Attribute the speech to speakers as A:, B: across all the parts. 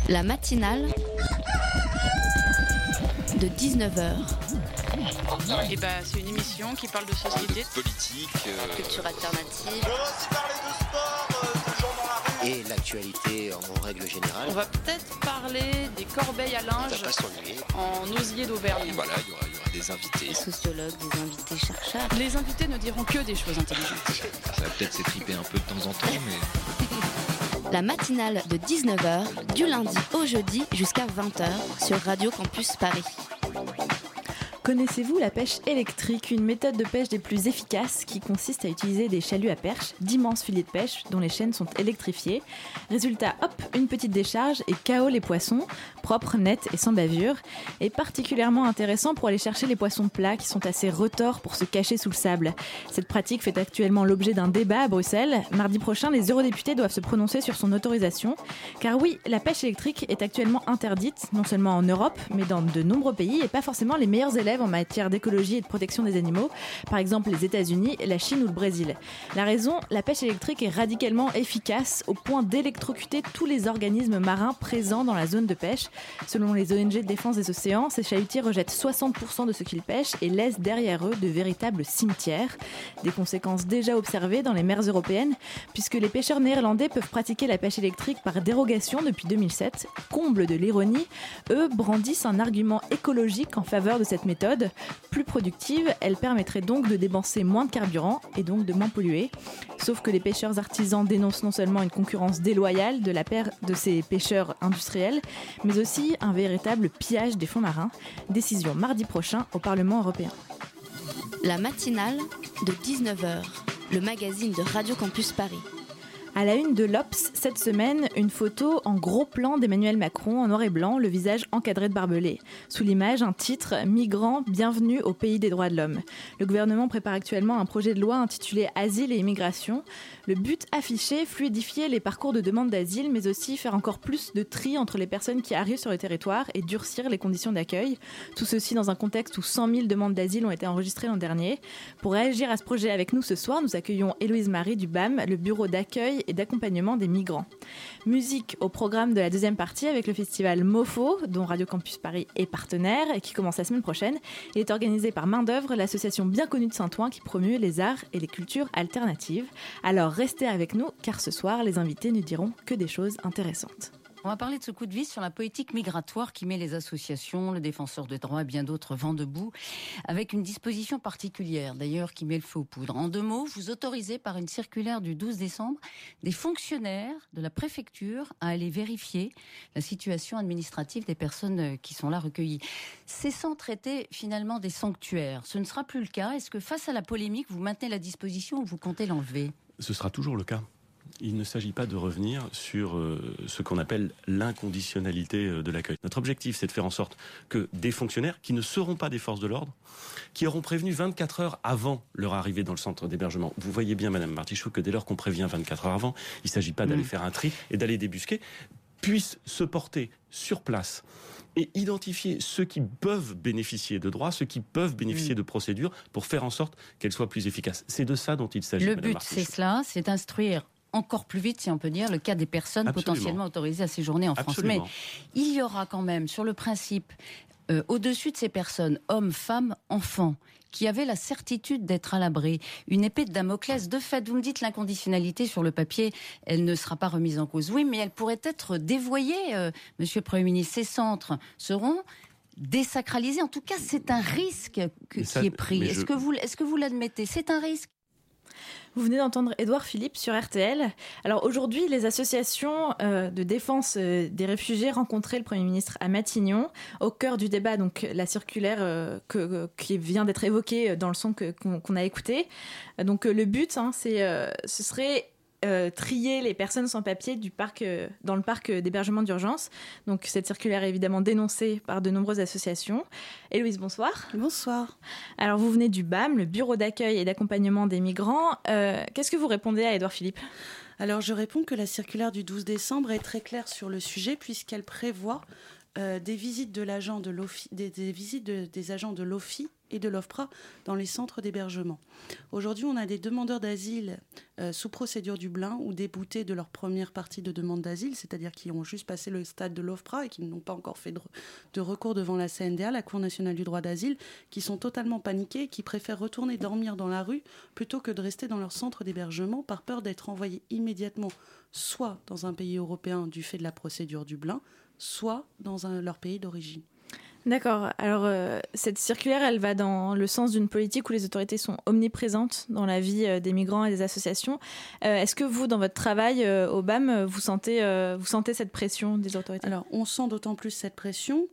A: La matinale de 19h.
B: Et c'est une émission qui parle de société,
C: de politique,
A: culture alternative.
D: On va aussi parler de sport, de gens dans la rue.
E: Et l'actualité en règle générale.
B: On va peut-être parler des corbeilles à linge
E: Ça va pas s'ennuyer.
B: en osier d'Auvergne.
C: voilà, il y aura des invités.
A: Des sociologues, des invités chercheurs.
B: Les invités ne diront que des choses intelligentes.
C: Ça va peut-être s'étriper un peu de temps en temps, mais...
A: La matinale de 19h, du lundi au jeudi jusqu'à 20h sur Radio Campus Paris.
F: Connaissez-vous la pêche électrique, une méthode de pêche des plus efficaces qui consiste à utiliser des chaluts à perche, d'immenses filets de pêche dont les chaînes sont électrifiées. Résultat, hop, une petite décharge et KO les poissons, propres, nets et sans bavure. Et particulièrement intéressant pour aller chercher les poissons plats qui sont assez retors pour se cacher sous le sable. Cette pratique fait actuellement l'objet d'un débat à Bruxelles. Mardi prochain, les eurodéputés doivent se prononcer sur son autorisation. Car oui, la pêche électrique est actuellement interdite, non seulement en Europe, mais dans de nombreux pays et pas forcément les meilleurs élèves en matière d'écologie et de protection des animaux, par exemple les États-Unis, la Chine ou le Brésil. La raison, la pêche électrique est radicalement efficace au point d'électrocuter tous les organismes marins présents dans la zone de pêche. Selon les ONG de défense des océans, ces chalutiers rejettent 60% de ce qu'ils pêchent et laissent derrière eux de véritables cimetières. Des conséquences déjà observées dans les mers européennes, puisque les pêcheurs néerlandais peuvent pratiquer la pêche électrique par dérogation depuis 2007. Comble de l'ironie, eux brandissent un argument écologique en faveur de cette méthode. Plus productive, elle permettrait donc de dépenser moins de carburant et donc de moins polluer. Sauf que les pêcheurs artisans dénoncent non seulement une concurrence déloyale de ces pêcheurs industriels, mais aussi un véritable pillage des fonds marins. Décision mardi prochain au Parlement européen.
A: La matinale de 19h, le magazine de Radio Campus Paris.
F: À la une de l'Obs, cette semaine, une photo en gros plan d'Emmanuel Macron en noir et blanc, le visage encadré de barbelés. Sous l'image, un titre « Migrants, bienvenue au pays des droits de l'homme ». Le gouvernement prépare actuellement un projet de loi intitulé « Asile et immigration ». Le but affiché, fluidifier les parcours de demande d'asile, mais aussi faire encore plus de tri entre les personnes qui arrivent sur le territoire et durcir les conditions d'accueil. Tout ceci dans un contexte où 100 000 demandes d'asile ont été enregistrées l'an dernier. Pour réagir à ce projet avec nous ce soir, nous accueillons Héloïse Marie du BAM, le bureau d'accueil et d'accompagnement des migrants. Musique au programme de la deuxième partie avec le festival MOFO, dont Radio Campus Paris est partenaire et qui commence la semaine prochaine. Il est organisé par Main d'œuvre, l'association bien connue de Saint-Ouen qui promeut les arts et les cultures alternatives. Alors restez avec nous car ce soir, les invités ne diront que des choses intéressantes.
G: On va parler de ce coup de vis sur la politique migratoire qui met les associations, le défenseur des droits et bien d'autres vent debout, avec une disposition particulière d'ailleurs qui met le feu aux poudres. En 2 mots, vous autorisez par une circulaire du 12 décembre des fonctionnaires de la préfecture à aller vérifier la situation administrative des personnes qui sont là recueillies. C'est sans traiter finalement des sanctuaires. Ce ne sera plus le cas. Est-ce que face à la polémique, vous maintenez la disposition ou vous comptez l'enlever ?
H: Ce sera toujours le cas. Il ne s'agit pas de revenir sur ce qu'on appelle l'inconditionnalité de l'accueil. Notre objectif, c'est de faire en sorte que des fonctionnaires qui ne seront pas des forces de l'ordre, qui auront prévenu 24 heures avant leur arrivée dans le centre d'hébergement. Vous voyez bien, Madame Martichoux, que dès lors qu'on prévient 24 heures avant, il ne s'agit pas d'aller faire un tri et d'aller débusquer, puissent se porter sur place et identifier ceux qui peuvent bénéficier de droits, ceux qui peuvent bénéficier de procédures pour faire en sorte qu'elles soient plus efficaces. C'est de ça dont il s'agit,
G: Le
H: Madame
G: but,
H: Martichoux.
G: c'est cela, c'est d'instruire encore plus vite, si on peut dire, le cas des personnes potentiellement autorisées à séjourner en France. Mais il y aura quand même, sur le principe, au-dessus de ces personnes, hommes, femmes, enfants, qui avaient la certitude d'être à l'abri, une épée de Damoclès. De fait, vous me dites l'inconditionnalité sur le papier, elle ne sera pas remise en cause. Oui, mais elle pourrait être dévoyée, Monsieur le Premier ministre. Ces centres seront désacralisés. En tout cas, c'est un risque qui est pris. Est-ce que vous l'admettez ? C'est un risque.
F: Vous venez d'entendre Édouard Philippe sur RTL. Alors aujourd'hui, les associations de défense des réfugiés rencontraient le Premier ministre à Matignon. Au cœur du débat, donc la circulaire qui vient d'être évoquée dans le son qu'on a écouté. Donc le but, ce serait trier les personnes sans papier dans le parc d'hébergement d'urgence. Donc cette circulaire est évidemment dénoncée par de nombreuses associations. Héloïse, bonsoir.
I: Bonsoir.
F: Alors vous venez du BAM, le Bureau d'accueil et d'accompagnement des migrants. Qu'est-ce que vous répondez à Édouard Philippe ?
I: Alors je réponds que la circulaire du 12 décembre est très claire sur le sujet puisqu'elle prévoit des visites de l'agent de l'OFI, des visites des agents de l'OFI et de l'OFPRA dans les centres d'hébergement. Aujourd'hui, on a des demandeurs d'asile sous procédure Dublin ou déboutés de leur première partie de demande d'asile, c'est-à-dire qui ont juste passé le stade de l'OFPRA et qui n'ont pas encore fait de recours devant la CNDA, la Cour nationale du droit d'asile, qui sont totalement paniqués et qui préfèrent retourner dormir dans la rue plutôt que de rester dans leur centre d'hébergement par peur d'être envoyés immédiatement soit dans un pays européen du fait de la procédure Dublin, soit dans leur pays d'origine.
F: D'accord. Alors, cette circulaire, elle va dans le sens d'une politique où les autorités sont omniprésentes dans la vie des migrants et des associations. Est-ce que vous, dans votre travail au BAM, vous sentez cette pression des autorités ?
I: Alors, on sent d'autant plus cette pression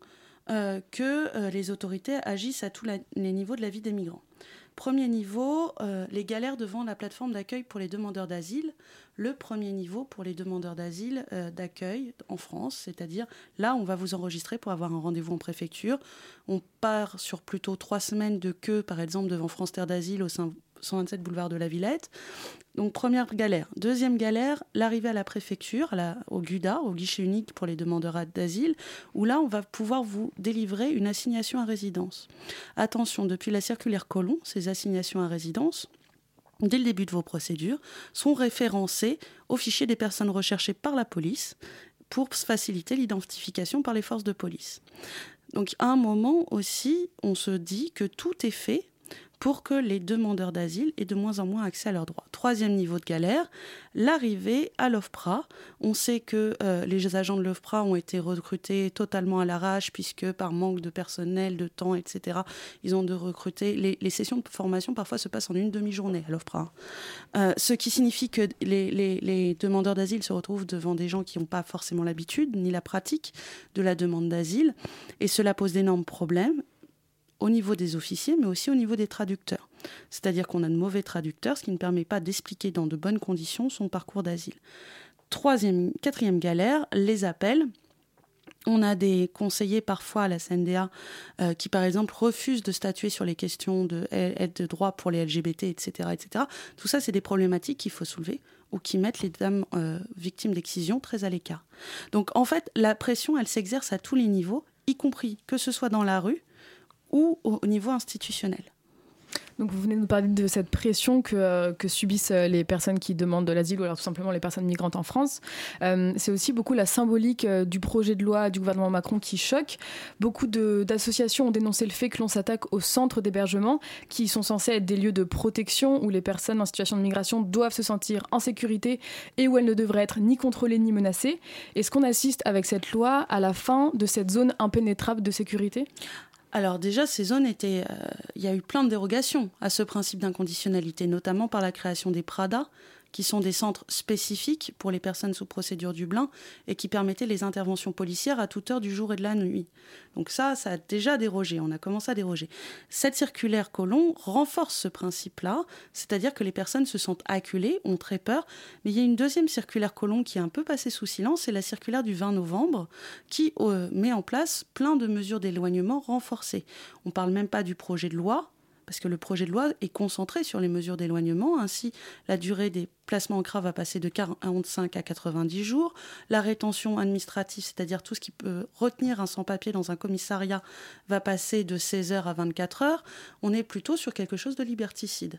I: que les autorités agissent à tous les niveaux de la vie des migrants. Premier niveau, les galères devant la plateforme d'accueil pour les demandeurs d'asile. Le premier niveau pour les demandeurs d'asile d'accueil en France, c'est-à-dire là, on va vous enregistrer pour avoir un rendez-vous en préfecture. On part sur plutôt 3 semaines de queue, par exemple, devant France Terre d'Asile au 127 boulevard de la Villette. Donc, première galère. Deuxième galère, l'arrivée à la préfecture, au GUDA, au guichet unique pour les demandeurs d'asile, où là, on va pouvoir vous délivrer une assignation à résidence. Attention, depuis la circulaire Collomb, ces assignations à résidence, dès le début de vos procédures, sont référencées au fichier des personnes recherchées par la police pour faciliter l'identification par les forces de police. Donc, à un moment aussi, on se dit que tout est fait pour que les demandeurs d'asile aient de moins en moins accès à leurs droits. Troisième niveau de galère, l'arrivée à l'OFPRA. On sait que les agents de l'OFPRA ont été recrutés totalement à l'arrache, puisque par manque de personnel, de temps, etc., ils ont dû recruter. Les sessions de formation, parfois, se passent en une demi-journée à l'OFPRA. Ce qui signifie que les demandeurs d'asile se retrouvent devant des gens qui n'ont pas forcément l'habitude, ni la pratique de la demande d'asile. Et cela pose d'énormes problèmes au niveau des officiers, mais aussi au niveau des traducteurs. C'est-à-dire qu'on a de mauvais traducteurs, ce qui ne permet pas d'expliquer dans de bonnes conditions son parcours d'asile. Quatrième galère, les appels. On a des conseillers parfois à la CNDA qui, par exemple, refusent de statuer sur les questions d'aide de droit pour les LGBT, etc., etc. Tout ça, c'est des problématiques qu'il faut soulever ou qui mettent les dames victimes d'excision très à l'écart. Donc, en fait, la pression, elle s'exerce à tous les niveaux, y compris que ce soit dans la rue ou au niveau institutionnel.
J: Donc vous venez de nous parler de cette pression que subissent les personnes qui demandent de l'asile ou alors tout simplement les personnes migrantes en France. C'est aussi beaucoup la symbolique du projet de loi du gouvernement Macron qui choque. Beaucoup d'associations ont dénoncé le fait que l'on s'attaque aux centres d'hébergement qui sont censés être des lieux de protection où les personnes en situation de migration doivent se sentir en sécurité et où elles ne devraient être ni contrôlées ni menacées. Est-ce qu'on assiste avec cette loi à la fin de cette zone impénétrable de sécurité ?
I: Alors déjà, ces zones il y a eu plein de dérogations à ce principe d'inconditionnalité, notamment par la création des PRADA, qui sont des centres spécifiques pour les personnes sous procédure Dublin et qui permettaient les interventions policières à toute heure du jour et de la nuit. Donc ça a déjà dérogé, on a commencé à déroger. Cette circulaire Collomb renforce ce principe-là, c'est-à-dire que les personnes se sentent acculées, ont très peur, mais il y a une deuxième circulaire Collomb qui est un peu passée sous silence, c'est la circulaire du 20 novembre qui met en place plein de mesures d'éloignement renforcées. On ne parle même pas du projet de loi, parce que le projet de loi est concentré sur les mesures d'éloignement. Ainsi, la durée des placements en CRA va passer de 45 à 90 jours. La rétention administrative, c'est-à-dire tout ce qui peut retenir un sans-papier dans un commissariat, va passer de 16 heures à 24 heures. On est plutôt sur quelque chose de liberticide.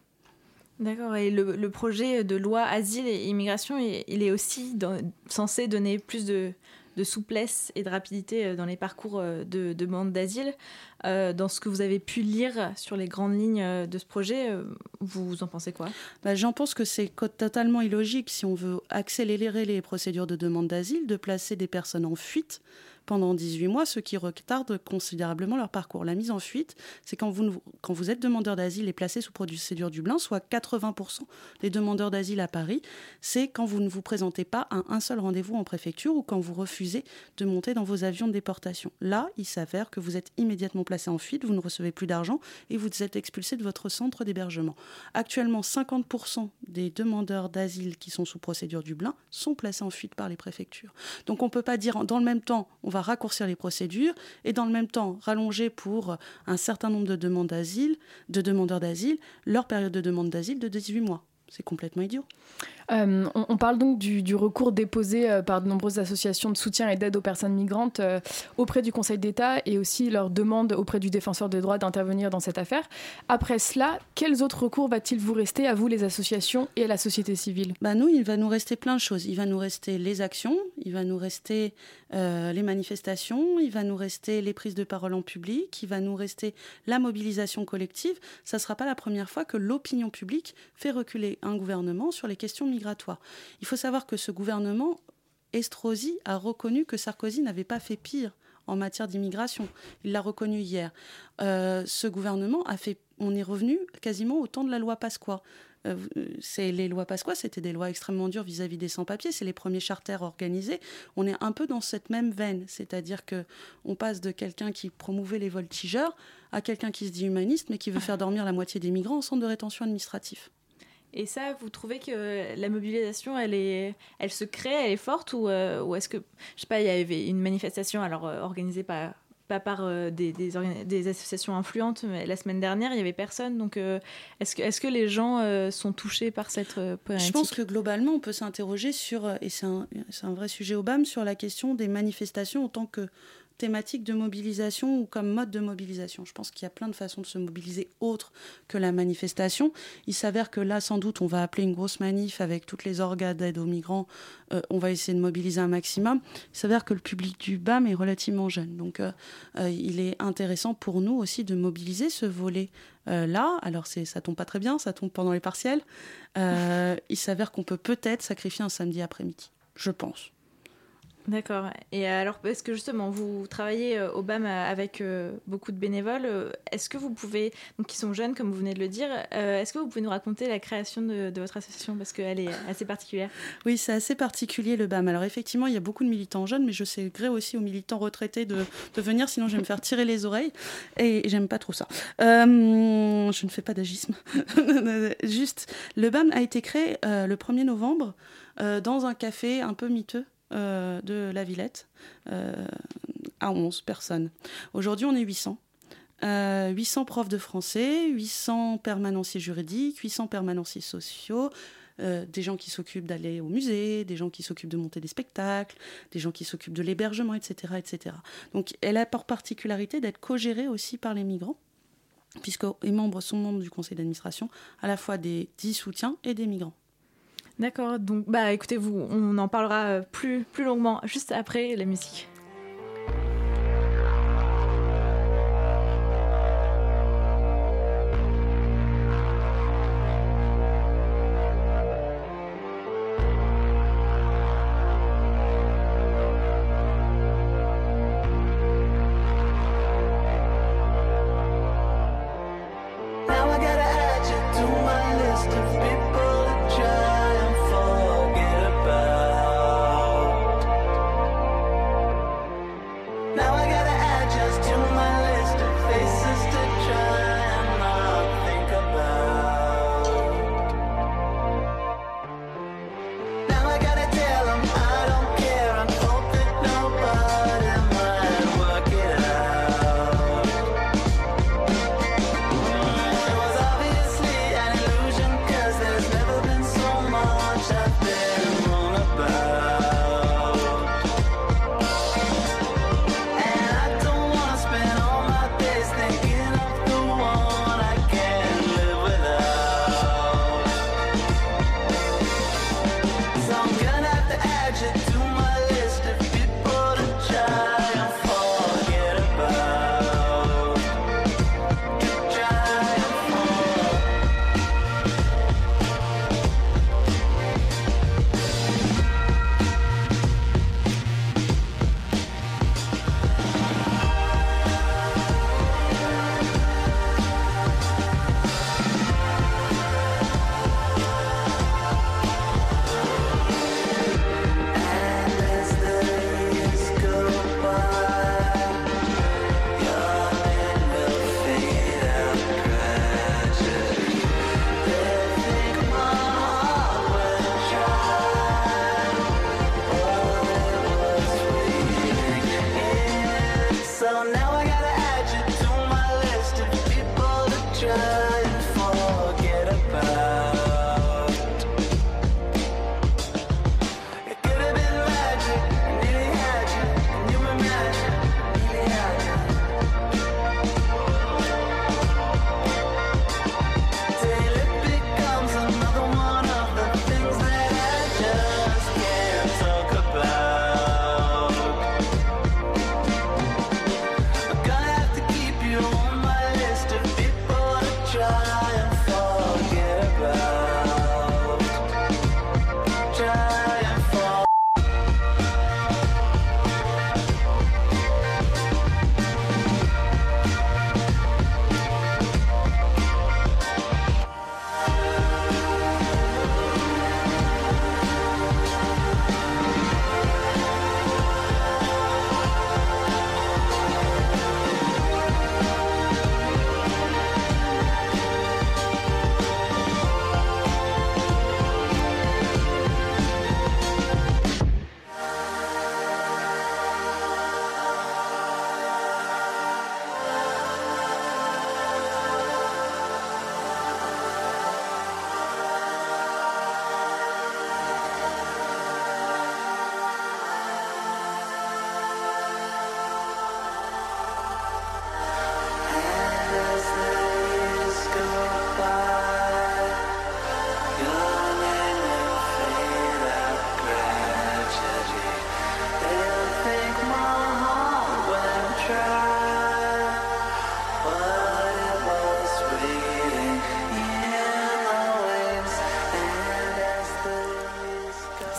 F: D'accord, et le projet de loi asile et immigration, il est aussi censé donner plus de souplesse et de rapidité dans les parcours de demande d'asile. Dans ce que vous avez pu lire sur les grandes lignes de ce projet, vous en pensez quoi ?
I: J'en pense que c'est totalement illogique, si on veut accélérer les procédures de demande d'asile, de placer des personnes en fuite pendant 18 mois, ce qui retarde considérablement leur parcours. La mise en fuite, c'est quand vous êtes demandeur d'asile et placé sous procédure Dublin, soit 80% des demandeurs d'asile à Paris, c'est quand vous ne vous présentez pas à un seul rendez-vous en préfecture ou quand vous refusez de monter dans vos avions de déportation. Là, il s'avère que vous êtes immédiatement placé en fuite, vous ne recevez plus d'argent et vous êtes expulsé de votre centre d'hébergement. Actuellement, 50% des demandeurs d'asile qui sont sous procédure Dublin sont placés en fuite par les préfectures. Donc on ne peut pas dire dans le même temps, on va raccourcir les procédures et dans le même temps rallonger pour un certain nombre de demandeurs d'asile, leur période de demande d'asile de 18 mois. C'est complètement idiot.
J: On parle donc du recours déposé par de nombreuses associations de soutien et d'aide aux personnes migrantes auprès du Conseil d'État et aussi leur demande auprès du défenseur des droits d'intervenir dans cette affaire. Après cela, quels autres recours va-t-il vous rester à vous, les associations et à la société civile ?
I: Nous, il va nous rester plein de choses. Il va nous rester les actions, il va nous rester les manifestations, il va nous rester les prises de parole en public, il va nous rester la mobilisation collective. Ça ne sera pas la première fois que l'opinion publique fait reculer un gouvernement sur les questions migratoires. Il faut savoir que ce gouvernement, Estrosi, a reconnu que Sarkozy n'avait pas fait pire en matière d'immigration. Il l'a reconnu hier. Ce gouvernement on est revenu quasiment au temps de la loi Pasqua. Les lois Pasqua, c'était des lois extrêmement dures vis-à-vis des sans-papiers. C'est les premiers charters organisés. On est un peu dans cette même veine. C'est-à-dire qu'on passe de quelqu'un qui promouvait les voltigeurs à quelqu'un qui se dit humaniste, mais qui veut faire dormir la moitié des migrants en centre de rétention administratif.
F: Et ça, vous trouvez que la mobilisation, elle se crée, elle est forte ou est-ce que, je sais pas, il y avait une manifestation organisée pas par des associations influentes, mais la semaine dernière, il n'y avait personne. Donc, est-ce que les gens sont touchés par cette problématique ?
I: Je pense que globalement, on peut s'interroger sur, et c'est un vrai sujet au BAM, sur la question des manifestations en tant que thématique de mobilisation ou comme mode de mobilisation. Je pense qu'il y a plein de façons de se mobiliser autres que la manifestation. Il s'avère que là, sans doute, on va appeler une grosse manif avec toutes les orgas d'aide aux migrants. On va essayer de mobiliser un maximum. Il s'avère que le public du BAM est relativement jeune. Donc, il est intéressant pour nous aussi de mobiliser ce volet-là. Alors, ça tombe pas très bien, ça tombe pendant les partiels. Il s'avère qu'on peut peut-être sacrifier un samedi après-midi, je pense.
F: D'accord. Et alors, parce que justement, vous travaillez au BAM avec beaucoup de bénévoles, est-ce que vous pouvez, donc qui sont jeunes, comme vous venez de le dire, est-ce que vous pouvez nous raconter la création de votre association, parce qu'elle est assez particulière ?
I: Oui, c'est assez particulier le BAM. Alors effectivement, il y a beaucoup de militants jeunes, mais je sais gré aussi aux militants retraités de venir, sinon je vais me faire tirer les oreilles, et j'aime pas trop ça. Je ne fais pas d'agisme. Juste, le BAM a été créé le 1er novembre dans un café un peu miteux de la Villette, à 11 personnes. Aujourd'hui, on est 800. 800 profs de français, 800 permanenciers juridiques, 800 permanenciers sociaux, des gens qui s'occupent d'aller au musée, des gens qui s'occupent de monter des spectacles, des gens qui s'occupent de l'hébergement, etc., etc. Donc, elle a pour particularité d'être co-gérée aussi par les migrants, puisque les membres sont membres du conseil d'administration, à la fois des dits soutiens et des migrants.
F: D'accord, donc écoutez, on en parlera plus longuement juste après la musique.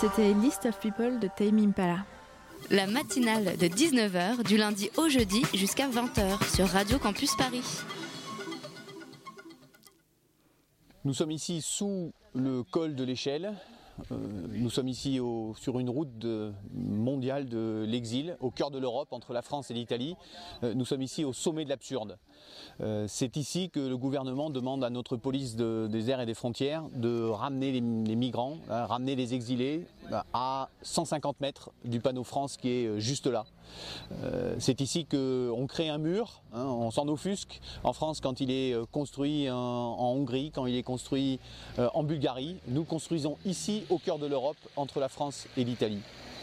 F: C'était List of People de Tame Impala.
A: La matinale de 19h du lundi au jeudi jusqu'à 20h sur Radio Campus Paris.
K: Nous sommes ici sous le col de l'Échelle. Nous sommes ici sur une route mondiale de l'exil, au cœur de l'Europe, entre la France et l'Italie. Nous sommes ici au sommet de l'absurde. C'est ici que le gouvernement demande à notre police des airs et des frontières de ramener les migrants, ramener les exilés à 150 mètres du panneau France qui est juste là. C'est ici qu'on crée un mur, on s'en offusque en France quand il est construit en Hongrie, quand il est construit en Bulgarie. Nous construisons ici au cœur de l'Europe, entre la France et l'Italie.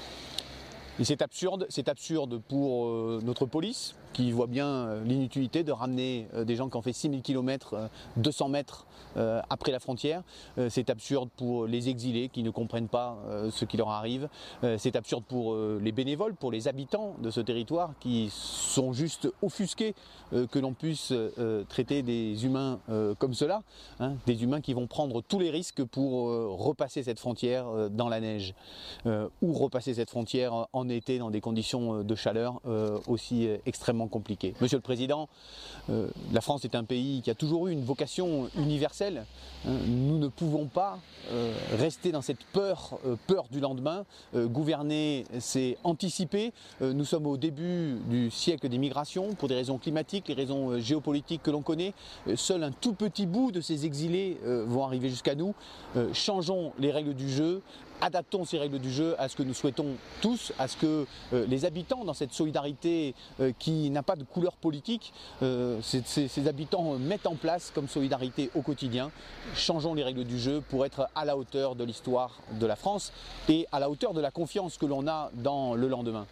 K: Et c'est absurde pour notre police, qui voit bien l'inutilité de ramener des gens qui ont fait 6000 km, 200 mètres après la frontière. C'est absurde pour les exilés qui ne comprennent pas ce qui leur arrive. C'est absurde pour les bénévoles, pour les habitants de ce territoire qui sont juste offusqués que l'on puisse traiter des humains comme cela, des humains qui vont prendre tous les risques pour repasser cette frontière dans la neige ou repasser cette frontière en été dans des conditions de chaleur aussi extrêmement compliquées. Monsieur le Président, la France est un pays qui a toujours eu une vocation universelle. Nous ne pouvons pas rester dans cette peur du lendemain. Gouverner, c'est anticiper. Nous sommes au début du siècle des migrations pour des raisons climatiques, les raisons géopolitiques que l'on connaît. Seul un tout petit bout de ces exilés vont arriver jusqu'à nous. Changeons les règles du jeu. Adaptons ces règles du jeu à ce que nous souhaitons tous, à ce que les habitants, dans cette solidarité qui n'a pas de couleur politique, ces habitants mettent en place comme solidarité au quotidien. Changeons les règles du jeu pour être à la hauteur de l'histoire de la France et à la hauteur de la confiance que l'on a dans le lendemain.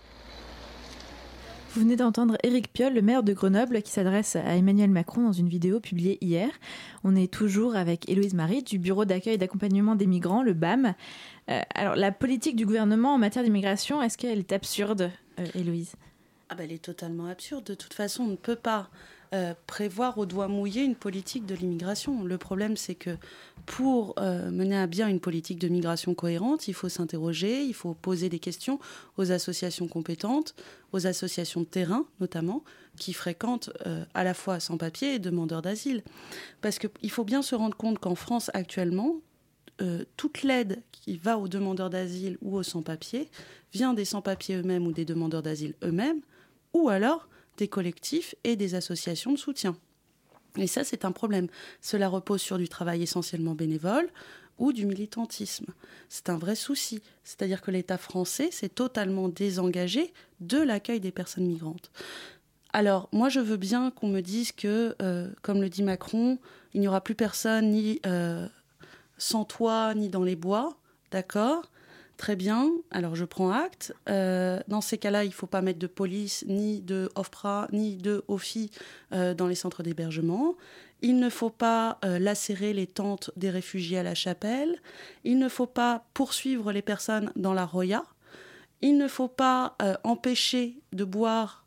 F: Vous venez d'entendre Éric Piolle, le maire de Grenoble, qui s'adresse à Emmanuel Macron dans une vidéo publiée hier. On est toujours avec Héloïse Marie du Bureau d'accueil et d'accompagnement des migrants, le BAM. Alors, la politique du gouvernement en matière d'immigration, est-ce qu'elle est absurde, Héloïse ?
I: Elle est totalement absurde. De toute façon, on ne peut pas prévoir au doigt mouillé une politique de l'immigration. Le problème, c'est que pour mener à bien une politique de migration cohérente, il faut s'interroger, il faut poser des questions aux associations compétentes, aux associations de terrain notamment, qui fréquentent à la fois sans-papiers et demandeurs d'asile. Parce qu'il faut bien se rendre compte qu'en France actuellement, toute l'aide qui va aux demandeurs d'asile ou aux sans-papiers vient des sans-papiers eux-mêmes ou des demandeurs d'asile eux-mêmes, ou alors des collectifs et des associations de soutien. Et ça, c'est un problème. Cela repose sur du travail essentiellement bénévole ou du militantisme. C'est un vrai souci. C'est-à-dire que l'État français s'est totalement désengagé de l'accueil des personnes migrantes. Alors, moi, je veux bien qu'on me dise que, comme le dit Macron, il n'y aura plus personne ni sans toit, ni dans les bois. D'accord ? Très bien, alors je prends acte. Dans ces cas-là, il ne faut pas mettre de police, ni de OFPRA, ni de OFI dans les centres d'hébergement. Il ne faut pas lacérer les tentes des réfugiés à la Chapelle. Il ne faut pas poursuivre les personnes dans la Roya. Il ne faut pas empêcher de boire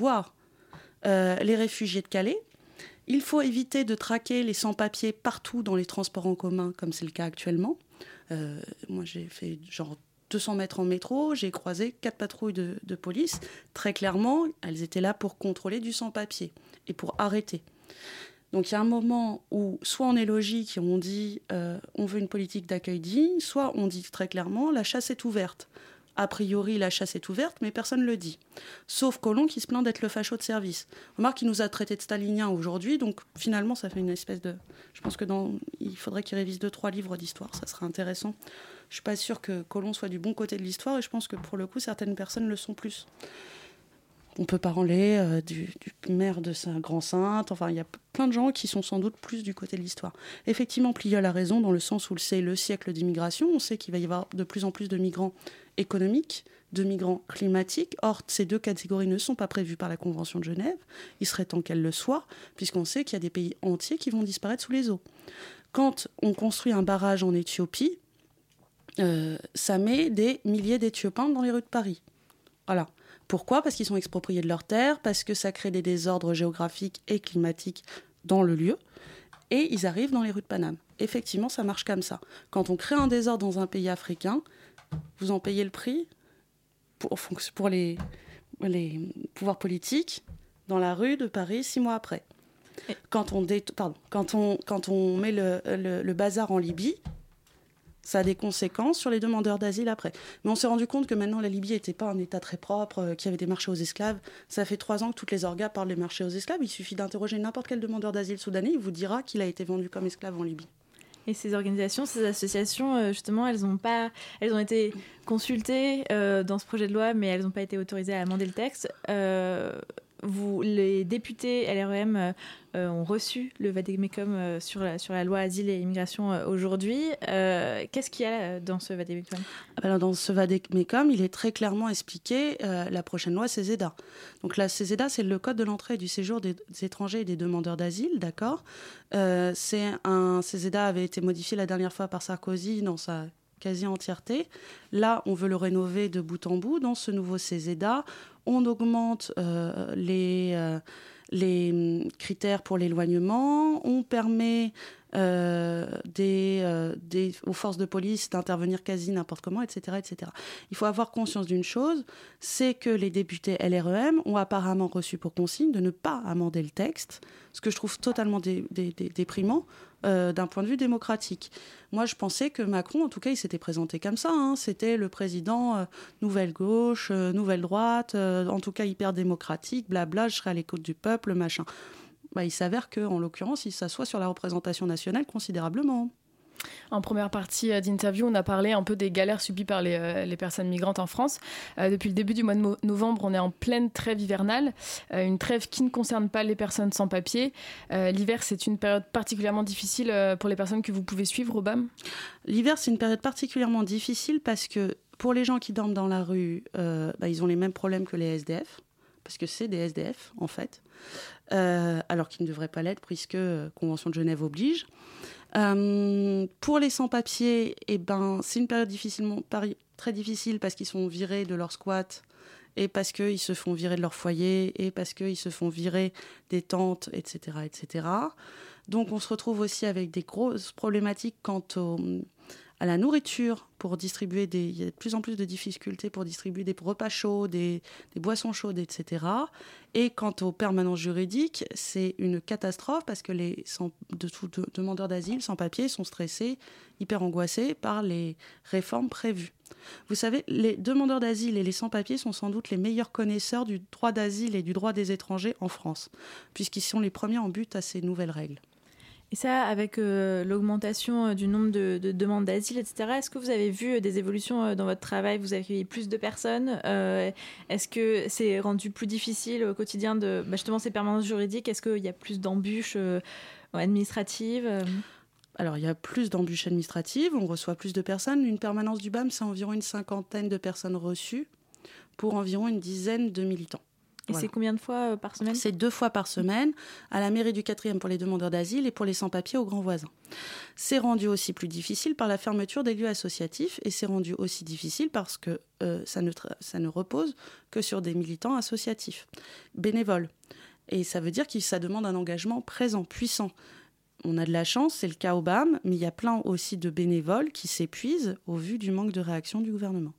I: les réfugiés de Calais. Il faut éviter de traquer les sans-papiers partout dans les transports en commun, comme c'est le cas actuellement. Moi, j'ai fait genre 200 mètres en métro, j'ai croisé 4 patrouilles de police. Très clairement, elles étaient là pour contrôler du sans-papier et pour arrêter. Donc il y a un moment où soit on est logique et on dit on veut une politique d'accueil digne, soit on dit très clairement la chasse est ouverte. A priori, la chasse est ouverte, mais personne ne le dit. Sauf Collomb qui se plaint d'être le facho de service. Remarque, il nous a traités de stalinien aujourd'hui, donc finalement, ça fait une espèce de... Je pense il faudrait qu'il révise 2-3 livres d'histoire, ça serait intéressant. Je ne suis pas sûre que Collomb soit du bon côté de l'histoire, et je pense que pour le coup, certaines personnes le sont plus. On peut parler du maire de Saint-Grand-Sainte, enfin, il y a plein de gens qui sont sans doute plus du côté de l'histoire. Effectivement, Pliol a raison dans le sens où c'est le siècle d'immigration. On sait qu'il va y avoir de plus en plus de migrants économiques, de migrants climatiques. Or, ces deux catégories ne sont pas prévues par la Convention de Genève. Il serait temps qu'elles le soient, puisqu'on sait qu'il y a des pays entiers qui vont disparaître sous les eaux. Quand on construit un barrage en Éthiopie, ça met des milliers d'Éthiopiens dans les rues de Paris. Voilà. Pourquoi ? Parce qu'ils sont expropriés de leurs terres, parce que ça crée des désordres géographiques et climatiques dans le lieu, et ils arrivent dans les rues de Paname. Effectivement, ça marche comme ça. Quand on crée un désordre dans un pays africain, vous en payez le prix pour les pouvoirs politiques dans la rue de Paris 6 mois après. Quand on met le bazar en Libye, ça a des conséquences sur les demandeurs d'asile après. Mais on s'est rendu compte que maintenant la Libye n'était pas un État très propre, qu'il y avait des marchés aux esclaves. Ça fait 3 ans que toutes les orgas parlent des marchés aux esclaves. Il suffit d'interroger n'importe quel demandeur d'asile soudanais, il vous dira qu'il a été vendu comme esclave en Libye.
F: Et ces organisations, ces associations, justement, elles ont été consultées dans ce projet de loi, mais elles n'ont pas été autorisées à amender le texte. Les députés LREM ont reçu le vade-mecum sur la loi Asile et Immigration aujourd'hui. Qu'est-ce qu'il y a dans ce vade-mecum ?
I: Dans ce vade-mecum, il est très clairement expliqué la prochaine loi CESEDA. Donc la CESEDA, c'est le code de l'entrée et du séjour des étrangers et des demandeurs d'asile, d'accord ? CESEDA avait été modifié la dernière fois par Sarkozy dans sa quasi-entièreté. Là, on veut le rénover de bout en bout. Dans ce nouveau CESEDA, on augmente les critères pour l'éloignement, on permet aux forces de police d'intervenir quasi n'importe comment, etc., etc. Il faut avoir conscience d'une chose, c'est que les députés LREM ont apparemment reçu pour consigne de ne pas amender le texte, ce que je trouve totalement déprimant d'un point de vue démocratique. Moi, je pensais que Macron, en tout cas, il s'était présenté comme ça. C'était le président nouvelle gauche, nouvelle droite, en tout cas hyper démocratique, blabla, je serai à l'écoute du peuple, machin. Il s'avère qu'en l'occurrence, il s'assoit sur la représentation nationale considérablement.
J: En première partie d'interview, on a parlé un peu des galères subies par les personnes migrantes en France. Depuis le début du mois de novembre, on est en pleine trêve hivernale, une trêve qui ne concerne pas les personnes sans papier. L'hiver, c'est une période particulièrement difficile pour les personnes que vous pouvez suivre au BAM ?
I: L'hiver, c'est une période particulièrement difficile parce que pour les gens qui dorment dans la rue, ils ont les mêmes problèmes que les SDF, parce que c'est des SDF, en fait, alors qu'ils ne devraient pas l'être, puisque Convention de Genève oblige. Pour les sans-papiers, c'est une période très difficile parce qu'ils sont virés de leur squat et parce qu'ils se font virer de leur foyer et parce qu'ils se font virer des tentes, etc., etc. Donc on se retrouve aussi avec des grosses problématiques quant à la nourriture pour distribuer il y a de plus en plus de difficultés pour distribuer des repas chauds, des boissons chaudes, etc. Et quant aux permanences juridiques, c'est une catastrophe parce que les demandeurs d'asile sans papier sont stressés, hyper angoissés par les réformes prévues. Vous savez, les demandeurs d'asile et les sans-papiers sont sans doute les meilleurs connaisseurs du droit d'asile et du droit des étrangers en France, puisqu'ils sont les premiers en but à ces nouvelles règles.
F: Et ça, avec l'augmentation du nombre de demandes d'asile, etc., est-ce que vous avez vu des évolutions dans votre travail ? Vous accueillez plus de personnes ? Est-ce que c'est rendu plus difficile au quotidien de justement ces permanences juridiques ? Est-ce qu'il y a plus d'embûches administratives ?
I: Alors, il y a plus d'embûches administratives, on reçoit plus de personnes. Une permanence du BAM, c'est environ une 50aine de personnes reçues pour environ une dizaine de militants.
F: Et voilà. C'est combien de fois par semaine ?
I: C'est 2 fois par semaine, à la mairie du 4e pour les demandeurs d'asile et pour les sans-papiers aux grands voisins. C'est rendu aussi plus difficile par la fermeture des lieux associatifs et c'est rendu aussi difficile parce que ça ne repose que sur des militants associatifs, bénévoles. Et ça veut dire que ça demande un engagement présent, puissant. On a de la chance, c'est le cas au BAM, mais il y a plein aussi de bénévoles qui s'épuisent au vu du manque de réaction du gouvernement.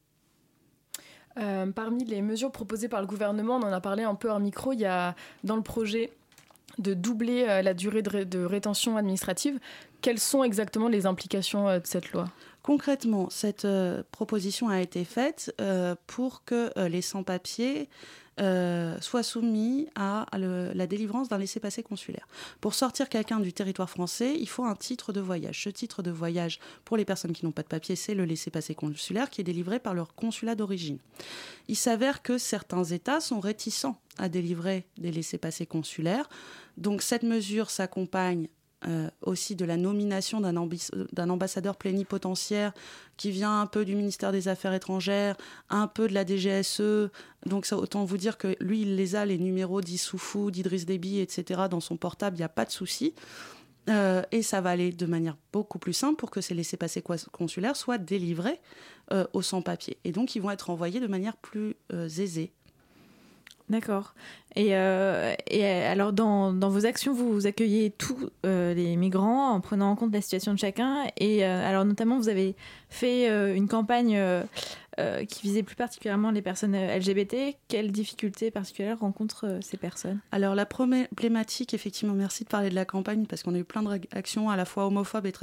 J: Parmi les mesures proposées par le gouvernement, on en a parlé un peu en micro, il y a dans le projet de doubler la durée de rétention administrative. Quelles sont exactement les implications de cette loi ?
I: Concrètement, cette proposition a été faite pour que les sans-papiers soient soumis à la délivrance d'un laissez-passer consulaire. Pour sortir quelqu'un du territoire français, il faut un titre de voyage. Ce titre de voyage, pour les personnes qui n'ont pas de papier, c'est le laissez-passer consulaire qui est délivré par leur consulat d'origine. Il s'avère que certains États sont réticents à délivrer des laissez-passer consulaires. Donc cette mesure s'accompagne aussi de la nomination d'un ambassadeur plénipotentiaire qui vient un peu du ministère des Affaires étrangères, un peu de la DGSE. Donc ça, autant vous dire que lui, il les a, les numéros d'Issoufou, d'Idriss Déby, etc. dans son portable, il n'y a pas de souci. Et ça va aller de manière beaucoup plus simple pour que ces laissez-passer consulaires soient délivrés aux sans-papiers. Et donc, ils vont être envoyés de manière plus aisée.
F: D'accord. Et alors, dans vos actions, vous accueillez tous les migrants en prenant en compte la situation de chacun. Et alors, notamment, vous avez fait une campagne qui visait plus particulièrement les personnes LGBT. Quelles difficultés particulières rencontrent ces personnes ?
I: Alors, la problématique, effectivement, merci de parler de la campagne, parce qu'on a eu plein de réactions à la fois homophobes et très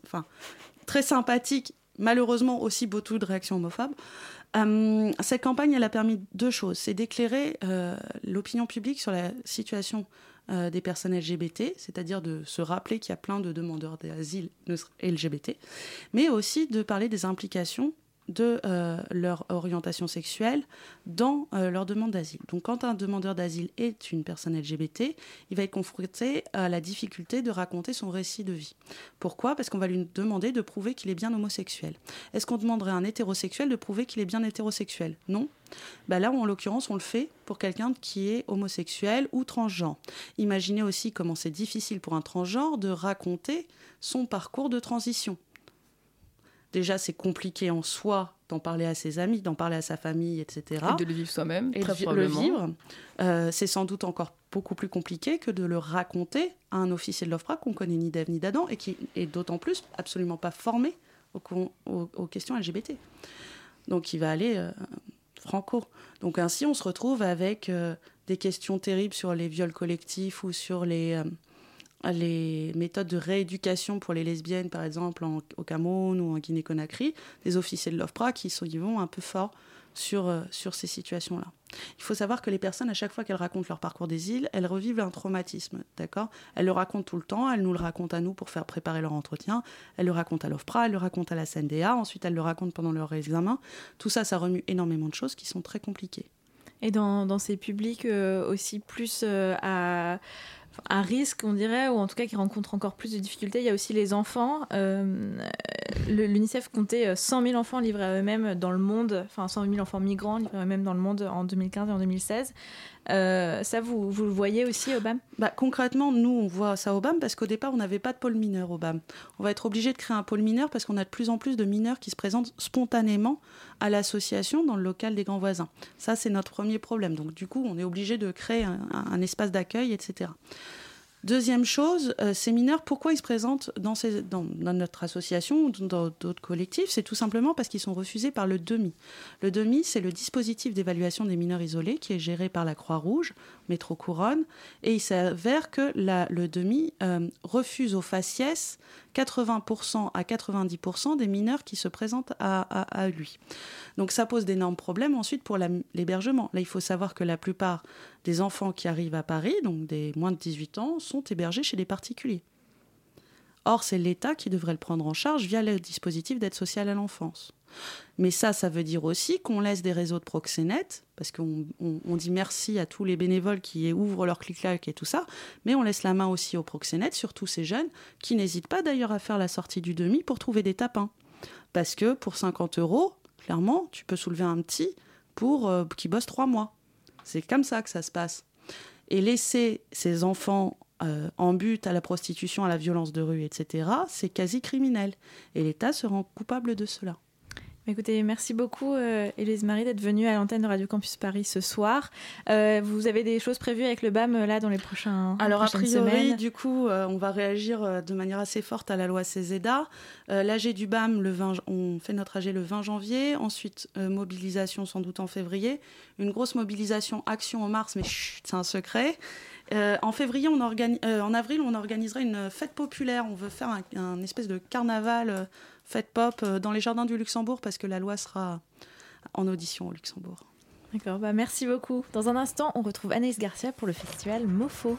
I: sympathiques. Malheureusement, aussi beaucoup de réactions homophobes. Cette campagne, elle a permis 2 choses. C'est d'éclairer l'opinion publique sur la situation des personnes LGBT, c'est-à-dire de se rappeler qu'il y a plein de demandeurs d'asile LGBT, mais aussi de parler des implications de leur orientation sexuelle dans leur demande d'asile. Donc quand un demandeur d'asile est une personne LGBT, il va être confronté à la difficulté de raconter son récit de vie. Pourquoi ? Parce qu'on va lui demander de prouver qu'il est bien homosexuel. Est-ce qu'on demanderait à un hétérosexuel de prouver qu'il est bien hétérosexuel ? Non. Là, en l'occurrence, on le fait pour quelqu'un qui est homosexuel ou transgenre. Imaginez aussi comment c'est difficile pour un transgenre de raconter son parcours de transition. Déjà, c'est compliqué en soi d'en parler à ses amis, d'en parler à sa famille, etc.
J: Et de le vivre soi-même,
I: et
J: très
I: probablement. Le
J: vivre.
I: C'est sans doute encore beaucoup plus compliqué que de le raconter à un officier de l'OFPRA qu'on connaît ni d'Ève ni d'Adam et qui est d'autant plus absolument pas formé aux questions LGBT. Donc, il va aller franco. Donc, ainsi, on se retrouve avec des questions terribles sur les viols collectifs ou sur les méthodes de rééducation pour les lesbiennes, par exemple, au Cameroun ou en Guinée-Conakry, des officiers de l'OFPRA qui y vont un peu fort sur ces situations-là. Il faut savoir que les personnes, à chaque fois qu'elles racontent leur parcours d'asile, elles revivent un traumatisme, d'accord ? Elles le racontent tout le temps, elles nous le racontent à nous pour faire préparer leur entretien, elles le racontent à l'OFPRA, elles le racontent à la CNDA, ensuite elles le racontent pendant leur examen. Tout ça, ça remue énormément de choses qui sont très compliquées.
F: Et dans ces publics aussi plus à risque, on dirait, ou en tout cas qui rencontrent encore plus de difficultés, il y a aussi les enfants. L'UNICEF comptait 100 000 enfants livrés à eux-mêmes dans le monde, enfin 100 000 enfants migrants livrés à eux-mêmes dans le monde en 2015 et en 2016. Ça, vous le voyez aussi au BAM ?
I: Concrètement, nous, on voit ça au BAM parce qu'au départ, on n'avait pas de pôle mineur au BAM. On va être obligé de créer un pôle mineur parce qu'on a de plus en plus de mineurs qui se présentent spontanément à l'association dans le local des grands voisins. Ça, c'est notre premier problème. Donc, du coup, on est obligé de créer un espace d'accueil, etc. Deuxième chose, ces mineurs, pourquoi ils se présentent dans notre association ou dans d'autres collectifs ? C'est tout simplement parce qu'ils sont refusés par le DEMI. Le DEMI, c'est le dispositif d'évaluation des mineurs isolés qui est géré par la Croix-Rouge, Métro Couronne, et il s'avère que le DEMI refuse au faciès 80% à 90% des mineurs qui se présentent à lui. Donc ça pose d'énormes problèmes ensuite pour l'hébergement. Là, il faut savoir que la plupart des enfants qui arrivent à Paris, donc des moins de 18 ans, sont hébergés chez des particuliers. Or, c'est l'État qui devrait le prendre en charge via le dispositif d'aide sociale à l'enfance. Mais ça veut dire aussi qu'on laisse des réseaux de proxénètes, parce qu'on dit merci à tous les bénévoles qui ouvrent leur clic-clac et tout ça, mais on laisse la main aussi aux proxénètes, surtout ces jeunes, qui n'hésitent pas d'ailleurs à faire la sortie du DEMI pour trouver des tapins. Parce que pour 50 €, clairement, tu peux soulever un petit qui bosse 3 mois. C'est comme ça que ça se passe. Et laisser ces enfants en but à la prostitution, à la violence de rue, etc., c'est quasi criminel. Et l'État se rend coupable de cela.
F: Écoutez, merci beaucoup Héloïse Marie d'être venue à l'antenne de Radio Campus Paris ce soir. Vous avez des choses prévues avec le BAM là dans les prochaines semaines ?
I: A priori, du coup, on va réagir de manière assez forte à la loi CESEDA. L'AG du BAM, on fait notre AG le 20 janvier. Ensuite, mobilisation sans doute en février. Une grosse mobilisation action en mars, mais c'est un secret. En avril, on organisera une fête populaire. On veut faire un espèce de carnaval fête pop dans les jardins du Luxembourg parce que la loi sera en audition au Luxembourg.
F: D'accord, merci beaucoup. Dans un instant, on retrouve Anaïs Garcia pour le festival MoFo.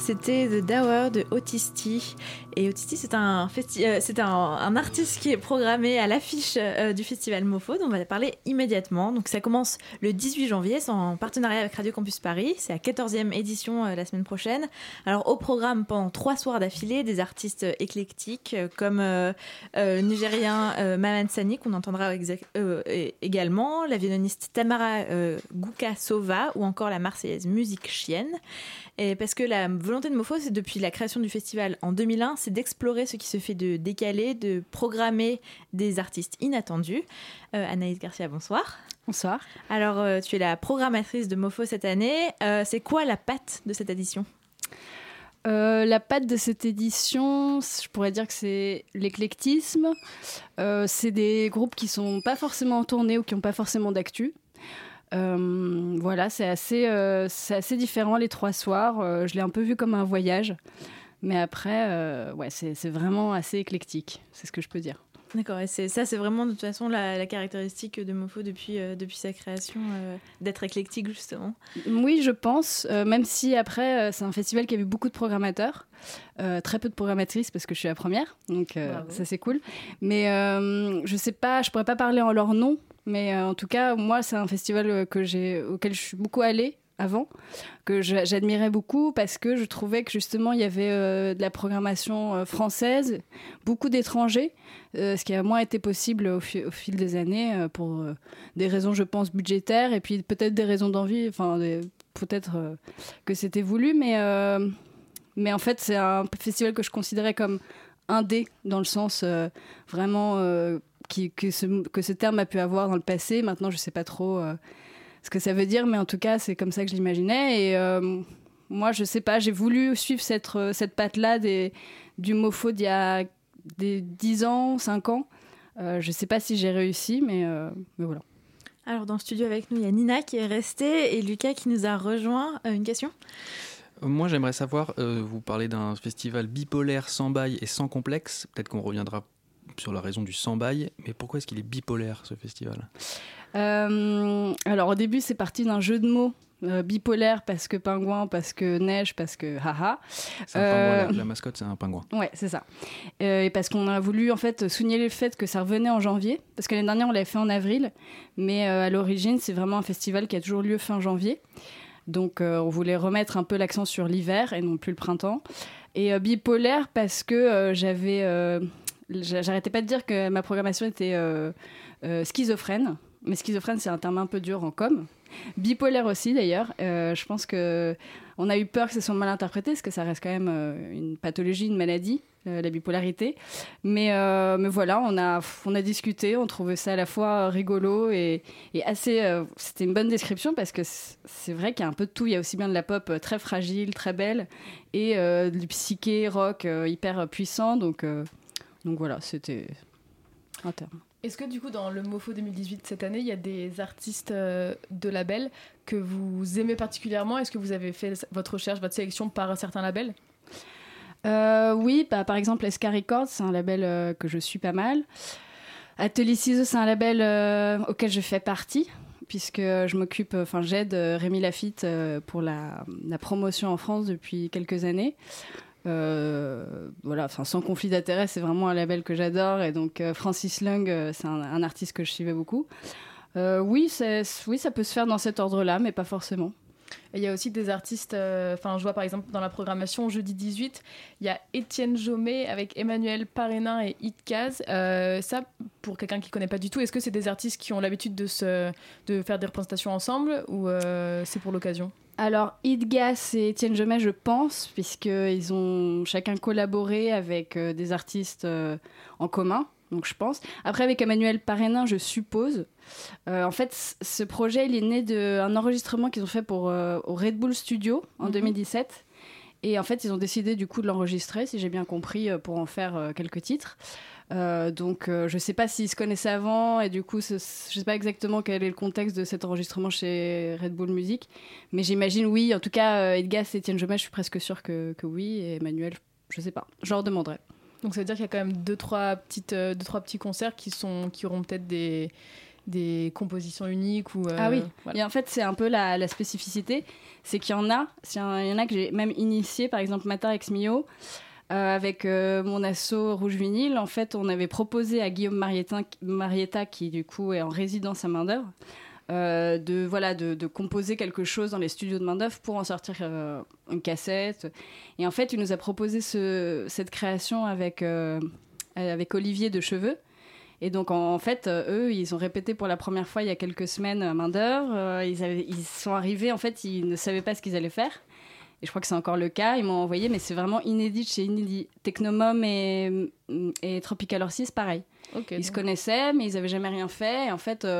F: c'était The Dower de Autisti. Et Autisti, c'est un artiste qui est programmé à l'affiche du festival MoFo, dont on va parler immédiatement. Donc ça commence le 18 janvier, c'est en partenariat avec Radio Campus Paris. C'est la 14e édition la semaine prochaine. Alors au programme, pendant 3 soirs d'affilée, des artistes éclectiques comme nigérien Maman Sani, qu'on entendra également, la violoniste Tamara Gouka Sova, ou encore la marseillaise Musique Chienne. Et parce que la volonté de MoFo, c'est depuis la création du festival en 2001, c'est d'explorer ce qui se fait de décalé, de programmer des artistes inattendus. Anaïs Garcia, bonsoir.
J: Bonsoir.
F: Alors, tu es la programmatrice de MoFo cette année. C'est quoi la patte de cette édition ?
J: La patte de cette édition, je pourrais dire que c'est l'éclectisme. C'est des groupes qui sont pas forcément en tournée ou qui n'ont pas forcément d'actu. Voilà, c'est assez différent les 3 soirs. Je l'ai un peu vu comme un voyage. Mais après, c'est vraiment assez éclectique. C'est ce que je peux dire.
F: D'accord, et c'est vraiment de toute façon la caractéristique de MoFo depuis sa création, d'être éclectique justement.
J: Oui, je pense, même si après c'est un festival qui a vu beaucoup de programmateurs, très peu de programmatrices parce que je suis la première, donc ça c'est cool. Mais je sais pas, je pourrais pas parler en leur nom, mais en tout cas moi c'est un festival auquel je suis beaucoup allée avant, que j'admirais beaucoup parce que je trouvais que justement il y avait de la programmation française, beaucoup d'étrangers, ce qui a moins été possible au fil des années pour des raisons je pense budgétaires et puis peut-être des raisons d'envie, peut-être que c'était voulu, mais en fait c'est un festival que je considérais comme indé dans le sens vraiment que ce terme a pu avoir dans le passé. Maintenant je sais pas trop ce que ça veut dire, mais en tout cas, c'est comme ça que je l'imaginais. Et moi, je sais pas, j'ai voulu suivre cette patte-là du MoFo d'il y a 10 ans, 5 ans. Je sais pas si j'ai réussi, mais voilà.
F: Alors, dans le studio avec nous, il y a Nina qui est restée et Lucas qui nous a rejoint. Une question ?
C: Moi, j'aimerais savoir, vous parlez d'un festival bipolaire, sans bail et sans complexe. Peut-être qu'on reviendra sur la raison du sans bail, mais pourquoi est-ce qu'il est bipolaire, ce festival ?
J: Alors au début c'est parti d'un jeu de mots bipolaire parce que pingouin, parce que neige, parce que haha.
C: C'est un pingouin, la mascotte c'est un pingouin.
J: Ouais, c'est ça. Et parce qu'on a voulu en fait souligner le fait que ça revenait en janvier, parce que l'année dernière on l'avait fait en avril, mais à l'origine c'est vraiment un festival qui a toujours lieu fin janvier. Donc on voulait remettre un peu l'accent sur l'hiver et non plus le printemps. Et bipolaire parce que j'arrêtais pas de dire que ma programmation était schizophrène. Mais schizophrène, c'est un terme un peu dur en com. Bipolaire aussi, d'ailleurs. Je pense qu'on a eu peur que ça soit mal interprété, parce que ça reste quand même une pathologie, une maladie, la bipolarité. Mais voilà, on a discuté, on trouvait ça à la fois rigolo et assez... c'était une bonne description, parce que c'est vrai qu'il y a un peu de tout. Il y a aussi bien de la pop très fragile, très belle, et du psyché, rock hyper puissant. Donc voilà, c'était un terme. Est-ce que du coup dans le MoFo 2018 cette année, il y a des artistes de labels que vous aimez particulièrement ? Est-ce que vous avez fait votre recherche, votre sélection par certains labels ?
L: Oui, par exemple SK Records, c'est un label que je suis pas mal. Atelier Ciseaux, c'est un label auquel je fais partie, puisque j'aide Rémi Lafitte pour la promotion en France depuis quelques années. Sans conflit d'intérêt, c'est vraiment un label que j'adore, et donc Francis Lung, c'est un artiste que je suivais beaucoup. Oui, ça peut se faire dans cet ordre-là, mais pas forcément.
J: Et il y a aussi des artistes, je vois par exemple dans la programmation jeudi 18, il y a Étienne Jomet avec Emmanuel Parénin et Itkaz. Ça, pour quelqu'un qui ne connaît pas du tout, est-ce que c'est des artistes qui ont l'habitude de faire des représentations ensemble, ou c'est pour l'occasion ?
L: Alors, Itkaz et Étienne Jomet, je pense, puisqu'ils ont chacun collaboré avec des artistes en commun. Donc je pense. Après, avec Emmanuel Parénin, je suppose. En fait, ce projet, il est né d'un enregistrement qu'ils ont fait au Red Bull Studio en 2017. Et en fait, ils ont décidé du coup de l'enregistrer, si j'ai bien compris, pour en faire quelques titres. Je ne sais pas s'ils se connaissaient avant, et du coup, je ne sais pas exactement quel est le contexte de cet enregistrement chez Red Bull Music. Mais j'imagine, oui. En tout cas, Itkaz et Étienne Jomet, je suis presque sûre que oui. Et Emmanuel, je ne sais pas. Je leur demanderai.
J: Donc ça veut dire qu'il y a quand même deux, trois petits concerts qui auront peut-être des des compositions uniques ou,
L: Ah oui,
J: voilà.
L: et en fait c'est un peu la spécificité, c'est qu'il y en a que j'ai même initié, par exemple Matar Ex Mio, avec mon asso Rouge Vinyle. En fait on avait proposé à Guillaume Marietta qui du coup est en résidence à Main-d'œuvre, de composer quelque chose dans les studios de Main-d'œuvre pour en sortir une cassette. Et en fait il nous a proposé cette création avec Olivier de Cheveux. Et donc, en fait, eux, ils ont répété pour la première fois il y a quelques semaines à Main-d'œuvre. Ils sont arrivés, en fait, ils ne savaient pas ce qu'ils allaient faire. Et je crois que c'est encore le cas. Ils m'ont envoyé, mais c'est vraiment inédit chez Inédit. Technomom et Tropical Horses, pareil. Ils se connaissaient, mais ils n'avaient jamais rien fait. Et en fait,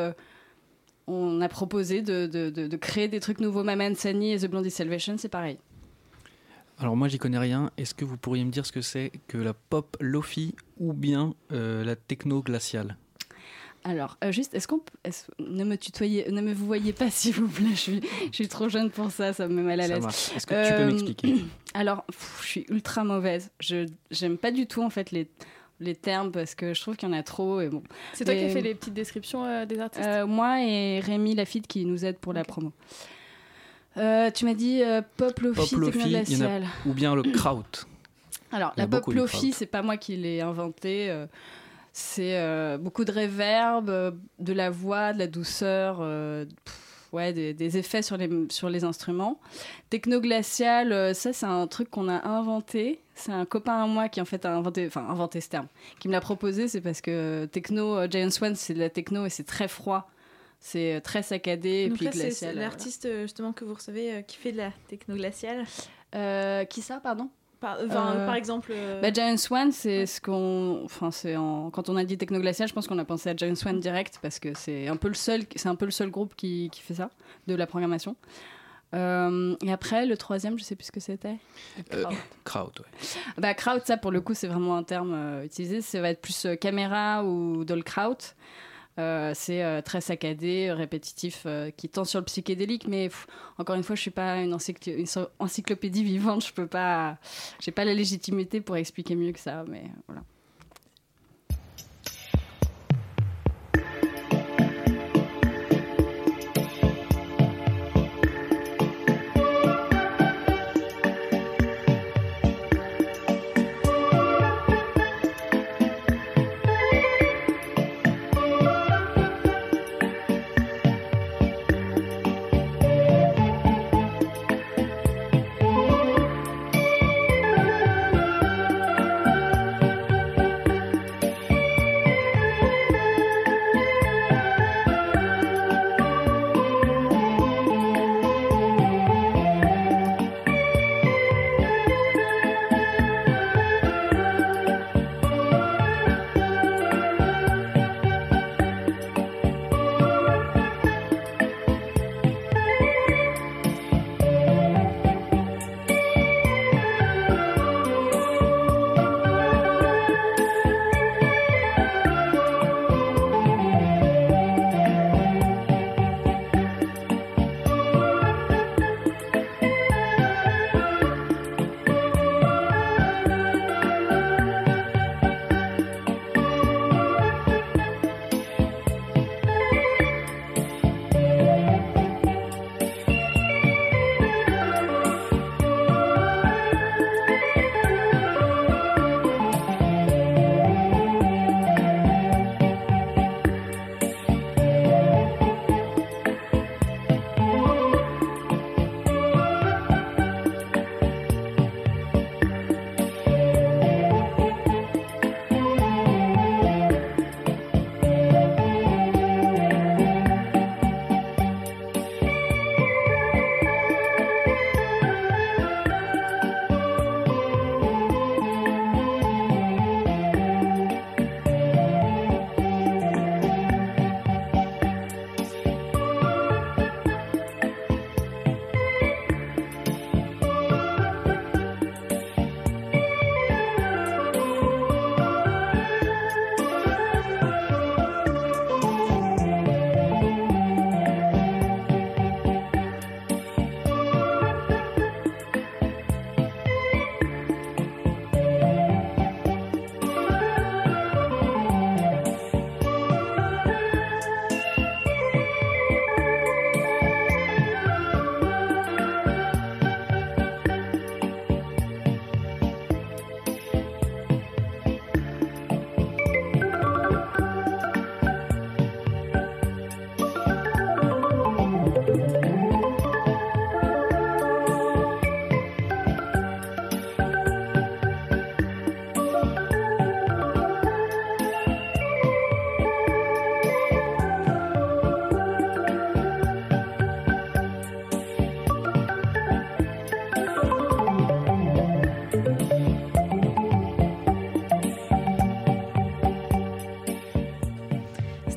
L: on a proposé de créer des trucs nouveaux. Mama Sani et The Blondie Salvation, c'est pareil.
C: Alors moi j'y connais rien, est-ce que vous pourriez me dire ce que c'est que la pop lofi ou bien la techno glaciale?
L: Alors juste, ne me vous voyez pas s'il vous plaît, je suis trop jeune pour ça me met mal à l'aise.
C: Est-ce que tu peux m'expliquer?
L: Alors je suis ultra mauvaise, j'aime pas du tout en fait les termes parce que je trouve qu'il y en a trop et bon.
J: C'est toi qui as fait les petites descriptions des artistes?
L: Moi et Rémi Lafitte qui nous aide pour la promo. Tu m'as dit pop lofi, techno glaciale.
C: Ou bien le kraut.
L: Alors la pop lofi, c'est pas moi qui l'ai inventé. C'est beaucoup de reverb, de la voix, de la douceur, des effets sur les instruments. Techno glaciale, ça c'est un truc qu'on a inventé. C'est un copain à moi qui en fait a inventé ce terme, qui me l'a proposé. C'est parce que techno, Giant Swan, c'est de la techno et c'est très froid. C'est très saccadé.
F: Donc
L: et puis
F: là,
L: glacial.
F: c'est l'artiste justement que vous recevez qui fait de la techno glaciale.
L: Qui ça, pardon?
F: Par exemple.
L: Giant Swan, c'est ce qu'on. Enfin, quand on a dit techno glacial, je pense qu'on a pensé à Giant Swan direct parce que c'est un peu le seul groupe qui fait ça de la programmation. Et après, le troisième, je sais plus ce que c'était.
C: Kraut, ouais.
L: Kraut, ça pour le coup, c'est vraiment un terme utilisé. Ça va être plus caméra ou Dolkraut. C'est très saccadé, répétitif, qui tend sur le psychédélique, mais encore une fois, je suis pas une encyclopédie vivante, j'ai pas la légitimité pour expliquer mieux que ça, mais voilà.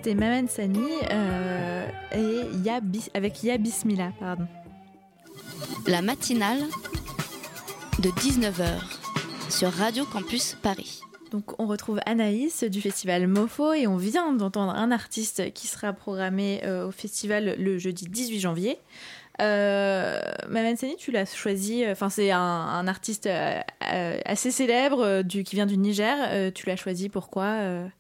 F: C'était Maman Sani avec Ya Bismillah. Pardon.
A: La matinale de 19h sur Radio Campus Paris.
F: Donc on retrouve Anaïs du festival MoFo et on vient d'entendre un artiste qui sera programmé au festival le jeudi 18 janvier. Maman Sani, tu l'as choisi, c'est un artiste assez célèbre qui vient du Niger. Tu l'as choisi pourquoi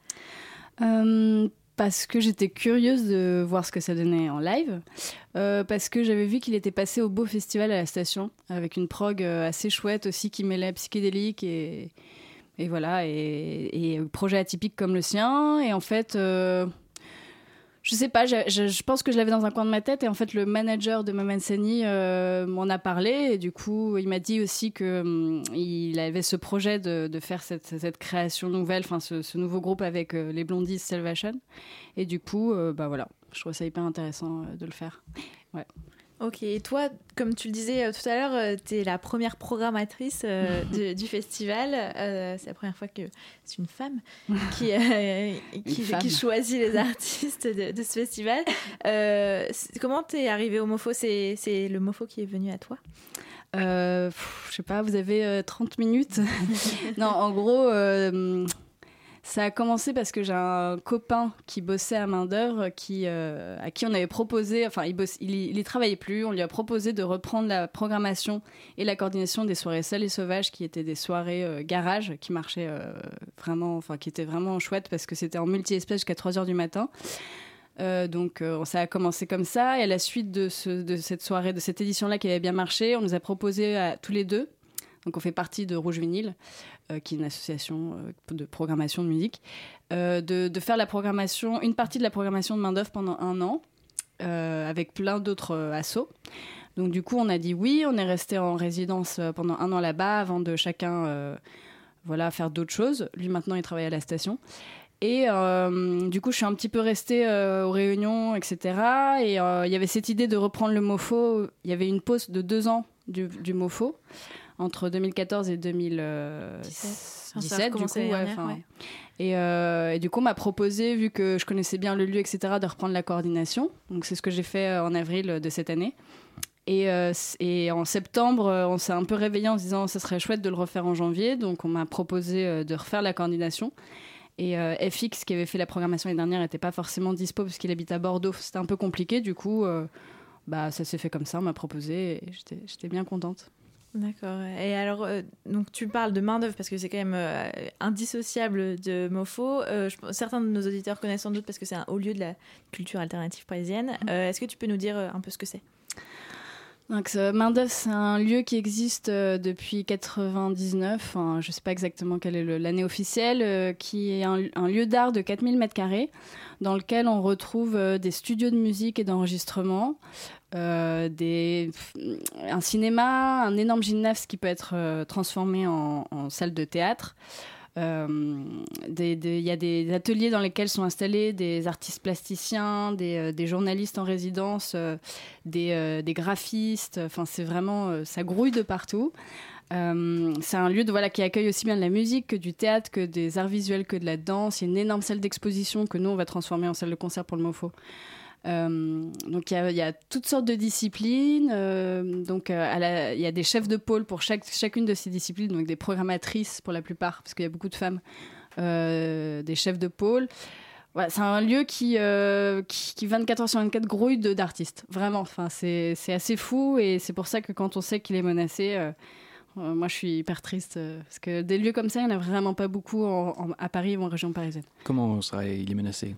L: Parce que j'étais curieuse de voir ce que ça donnait en live, parce que j'avais vu qu'il était passé au Beau Festival à la station, avec une prog assez chouette aussi qui mêlait psychédélique et voilà, et projet atypique comme le sien. Et en fait, je sais pas, je pense que je l'avais dans un coin de ma tête, et en fait le manager de Maman Sani m'en a parlé, et du coup il m'a dit aussi qu'il avait ce projet de faire cette création nouvelle, ce nouveau groupe avec les Blondies Salvation, et du coup voilà, je trouve ça hyper intéressant de le faire. Ouais.
F: Ok, et toi, comme tu le disais tout à l'heure, tu es la première programmatrice du festival. C'est la première fois que c'est une femme qui choisit les artistes de ce festival. Comment tu es arrivée au MoFo ? C'est le MoFo qui est venu à toi ?
L: Je sais pas, vous avez 30 minutes. Non, en gros... ça a commencé parce que j'ai un copain qui bossait à main d'œuvre, à qui on avait proposé, il y travaillait plus, on lui a proposé de reprendre la programmation et la coordination des soirées Seules et Sauvages, qui étaient des soirées garage, qui marchaient qui étaient vraiment chouettes parce que c'était en multi-espèces jusqu'à 3h du matin. Donc ça a commencé comme ça, et à la suite de cette soirée, de cette édition-là qui avait bien marché, on nous a proposé à tous les deux, donc on fait partie de Rouge Vinyle, qui est une association de programmation de musique, de faire une partie de la programmation de main d'œuvre pendant 1 an, avec plein d'autres assos. Donc du coup on a dit oui, on est resté en résidence pendant 1 an là-bas avant de chacun faire d'autres choses. Lui maintenant il travaille à la station. Et du coup je suis un petit peu restée aux réunions, etc. Et il y avait cette idée de reprendre le MoFo. Il y avait une pause de 2 ans du MoFo entre 2014 et 2017 du coup, Et du coup on m'a proposé, vu que je connaissais bien le lieu, etc., de reprendre la coordination. Donc c'est ce que j'ai fait en avril de cette année. Et en septembre, on s'est un peu réveillé en se disant ça serait chouette de le refaire en janvier. Donc on m'a proposé de refaire la coordination. Et FX, qui avait fait la programmation l'année dernière, n'était pas forcément dispo parce qu'il habite à Bordeaux. C'était un peu compliqué. Du coup, ça s'est fait comme ça. On m'a proposé et j'étais bien contente.
F: D'accord. Et alors, donc tu parles de main d'œuvre parce que c'est quand même indissociable de MoFo. Certains de nos auditeurs connaissent sans doute parce que c'est un haut lieu de la culture alternative parisienne. Est-ce que tu peux nous dire un peu ce que c'est ?
L: Donc, Main d'œuvre, c'est un lieu qui existe depuis 99. Je ne sais pas exactement quelle est l'année officielle, qui est un lieu d'art de 4000 m² dans lequel on retrouve des studios de musique et d'enregistrement, un cinéma, un énorme gymnase qui peut être transformé en salle de théâtre. Il y a des ateliers dans lesquels sont installés des artistes plasticiens, des journalistes en résidence, des graphistes. C'est vraiment, ça grouille de partout. C'est un lieu qui accueille aussi bien de la musique que du théâtre, que des arts visuels, que de la danse. Il y a une énorme salle d'exposition que nous on va transformer en salle de concert pour le MoFo. Donc il y a toutes sortes de disciplines. Il y a des chefs de pôle pour chacune de ces disciplines, donc des programmatrices pour la plupart, parce qu'il y a beaucoup de femmes, des chefs de pôle. Voilà, c'est un lieu qui 24h sur 24 grouille d'artistes. Vraiment, c'est assez fou, et c'est pour ça que quand on sait qu'il est menacé, moi je suis hyper triste, parce que des lieux comme ça, il n'y en a vraiment pas beaucoup à Paris ou en région parisienne.
C: Comment il est menacé?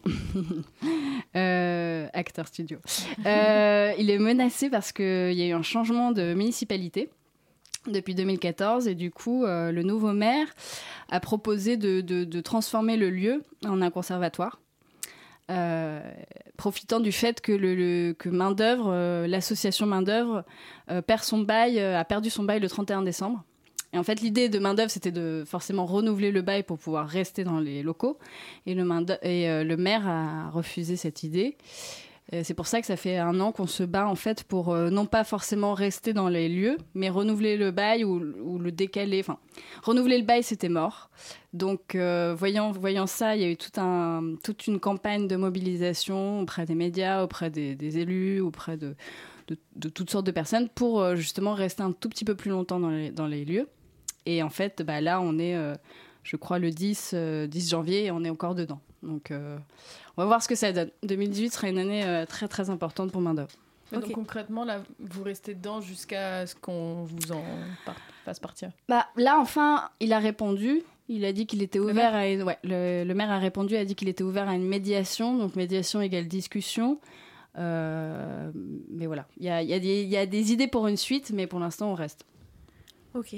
L: Acteur Studio. Il est menacé parce qu'il y a eu un changement de municipalité depuis 2014, et du coup le nouveau maire a proposé de transformer le lieu en un conservatoire, profitant du fait que Main d'œuvre, l'association Main d'œuvre, a perdu son bail le 31 décembre. Et en fait, l'idée de Main d'œuvre, c'était de forcément renouveler le bail pour pouvoir rester dans les locaux. Et le maire a refusé cette idée. Et c'est pour ça que ça fait 1 an qu'on se bat en fait pour non pas forcément rester dans les lieux, mais renouveler le bail ou le décaler. Enfin, renouveler le bail, c'était mort. Donc, voyant ça, il y a eu toute une campagne de mobilisation auprès des médias, auprès des élus, auprès de toutes sortes de personnes pour justement rester un tout petit peu plus longtemps dans les lieux. Et en fait, là, on est, je crois, le 10 janvier et on est encore dedans. Donc, on va voir ce que ça donne. 2018 sera une année très, très importante pour main d'œuvre.
J: Okay. Donc concrètement, là, vous restez dedans jusqu'à ce qu'on vous en fasse partir.
L: Là, enfin, il a répondu. Il a dit qu'il était ouvert à... le maire a répondu, a dit qu'il était ouvert à une médiation. Donc, médiation égale discussion. Mais voilà, il y a des idées pour une suite, mais pour l'instant, on reste.
F: Ok.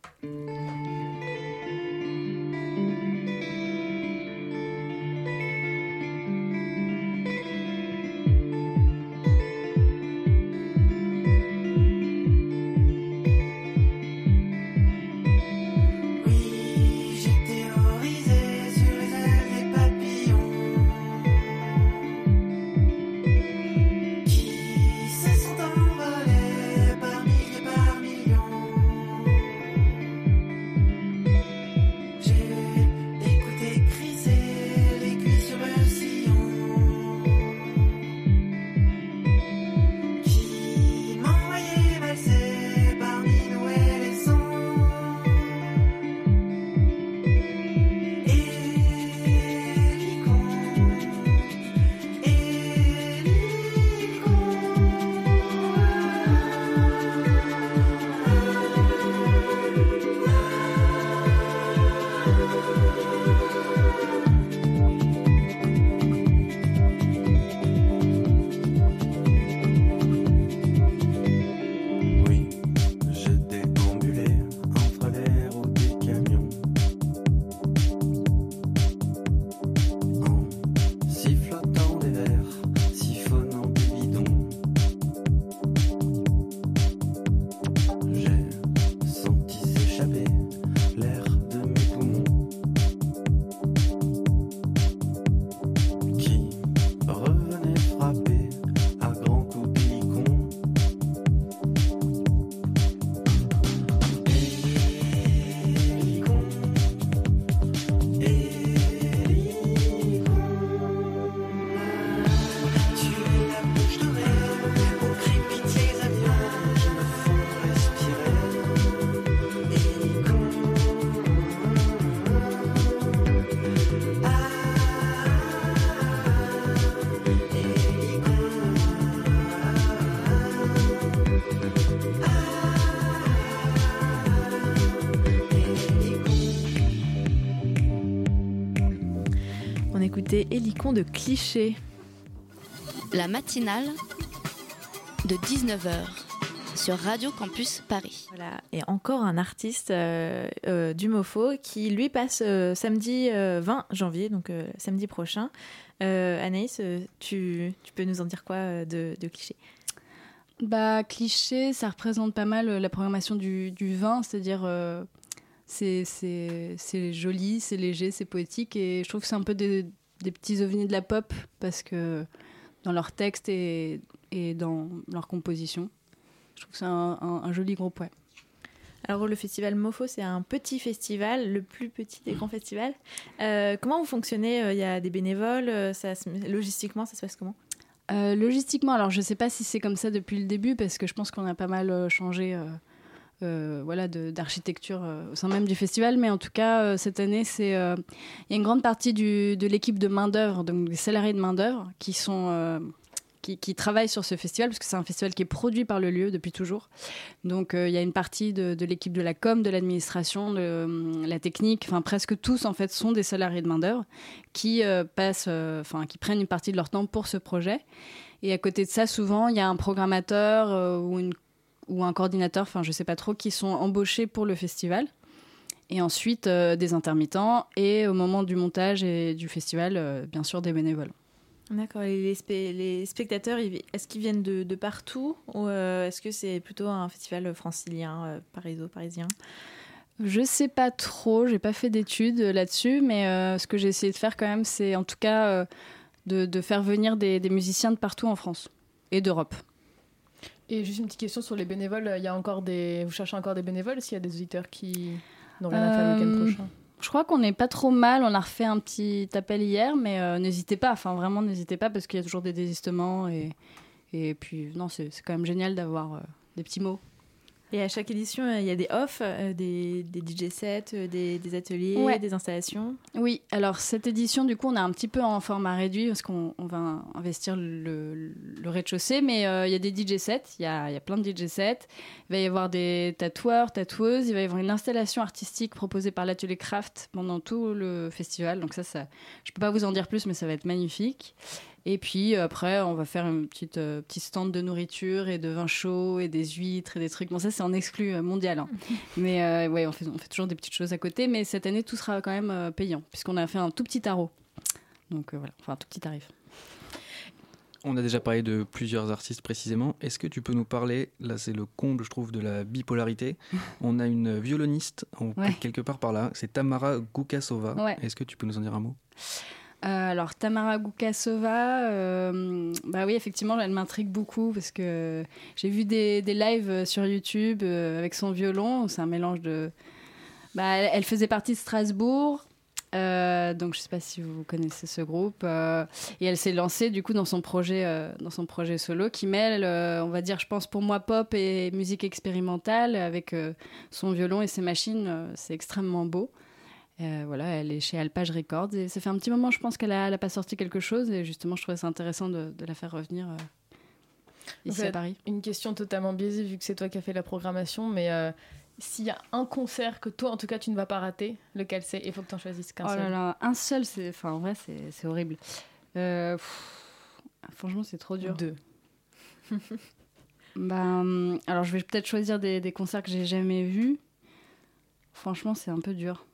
F: Écoutez Hélicon de Cliché.
A: La matinale de 19h sur Radio Campus Paris.
F: Voilà, et encore un artiste du MoFo qui lui passe samedi 20 janvier, donc samedi prochain. Anaïs, tu peux nous en dire quoi de Cliché ?
L: Cliché, ça représente pas mal la programmation du vin, c'est-à-dire c'est joli, c'est léger, c'est poétique, et je trouve que c'est un peu des petits ovnis de la pop, parce que dans leur texte et dans leur composition, je trouve que c'est un joli groupe, ouais.
F: Alors le festival MoFo, c'est un petit festival, le plus petit des grands festivals. Comment vous fonctionnez ? Il y a des bénévoles, logistiquement, ça se passe comment ?
L: Logistiquement, alors je ne sais pas si c'est comme ça depuis le début, parce que je pense qu'on a pas mal changé d'architecture au sein même du festival, mais en tout cas, cette année, il y a une grande partie de l'équipe de main-d'œuvre, donc des salariés de main-d'œuvre, qui travaillent sur ce festival, parce que c'est un festival qui est produit par le lieu depuis toujours. Donc il y a une partie de l'équipe de la com, de l'administration, de la technique, enfin presque tous en fait sont des salariés de main-d'œuvre qui qui prennent une partie de leur temps pour ce projet. Et à côté de ça, souvent il y a un programmateur ou un coordinateur, enfin je sais pas trop, qui sont embauchés pour le festival. Et ensuite des intermittents, et au moment du montage et du festival, bien sûr des bénévoles.
F: D'accord. Et les spectateurs, est-ce qu'ils viennent de partout, ou est-ce que c'est plutôt un festival francilien, parisien ?
L: Je sais pas trop, j'ai pas fait d'études là-dessus, mais ce que j'ai essayé de faire quand même, c'est en tout cas de faire venir des musiciens de partout en France et d'Europe.
J: Et juste une petite question sur les bénévoles, vous cherchez encore des bénévoles s'il y a des auditeurs qui n'ont rien à faire le week-end prochain?
L: Je crois qu'on n'est pas trop mal, on a refait un petit appel hier, mais n'hésitez pas, vraiment n'hésitez pas parce qu'il y a toujours des désistements et puis non, c'est quand même génial d'avoir des petits mots.
F: Et à chaque édition, il y a des offs, des DJ sets, des ateliers, des installations.
L: Oui, alors cette édition, du coup, on est un petit peu en format réduit parce qu'on va investir le rez-de-chaussée, mais il y a des DJ sets, il y a plein de DJ sets. Il va y avoir des tatoueurs, tatoueuses, il va y avoir une installation artistique proposée par l'atelier Craft pendant tout le festival. Donc ça je ne peux pas vous en dire plus, mais ça va être magnifique. Et puis après, on va faire une petite stand de nourriture et de vin chaud et des huîtres et des trucs. Bon, ça, c'est en exclu mondial. Hein. Mais on fait toujours des petites choses à côté. Mais cette année, tout sera quand même payant, puisqu'on a fait un tout petit tarot. Donc voilà, un tout petit tarif.
C: On a déjà parlé de plusieurs artistes précisément. Est-ce que tu peux nous parler, là c'est le comble je trouve de la bipolarité, on a une violoniste quelque part par là, c'est Tamara Gukasova. Ouais. Est-ce que tu peux nous en dire un mot ?
L: Alors Tamara Gukasova, oui effectivement elle m'intrigue beaucoup parce que j'ai vu des lives sur YouTube avec son violon, c'est un mélange de... elle faisait partie de Strasbourg, donc je sais pas si vous connaissez ce groupe, et elle s'est lancée du coup dans son projet solo qui mêle, on va dire je pense pour moi pop et musique expérimentale avec son violon et ses machines, c'est extrêmement beau. Elle est chez Alpage Records et ça fait un petit moment je pense qu'elle a pas sorti quelque chose et justement je trouvais ça intéressant de la faire revenir ici à Paris.
J: Une question totalement biaisée vu que c'est toi qui as fait la programmation, mais s'il y a un concert que toi en tout cas tu ne vas pas rater, lequel c'est? Il faut que tu en choisisses qu'un seul.
L: Oh là là, un seul, en vrai c'est horrible. Franchement c'est trop dur.
J: 2.
L: Alors je vais peut-être choisir des concerts que j'ai jamais vus. Franchement c'est un peu dur.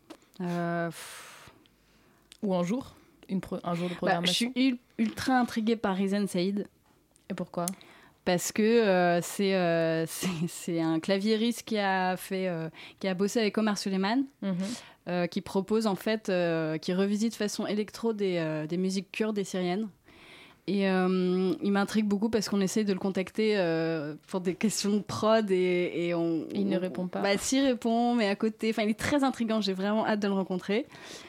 J: Ou un jour un jour de programmation.
L: Je suis ultra intriguée par Rizen Saïd.
J: Et pourquoi ?
L: Parce que c'est un claviériste qui a bossé avec Omar Suleiman, qui propose en fait, qui revisite de façon électro des musiques kurdes et syriennes. Et il m'intrigue beaucoup parce qu'on essaye de le contacter pour des questions de prod et
J: il ne répond pas.
L: S'il répond, mais à côté, il est très intriguant. J'ai vraiment hâte de le rencontrer.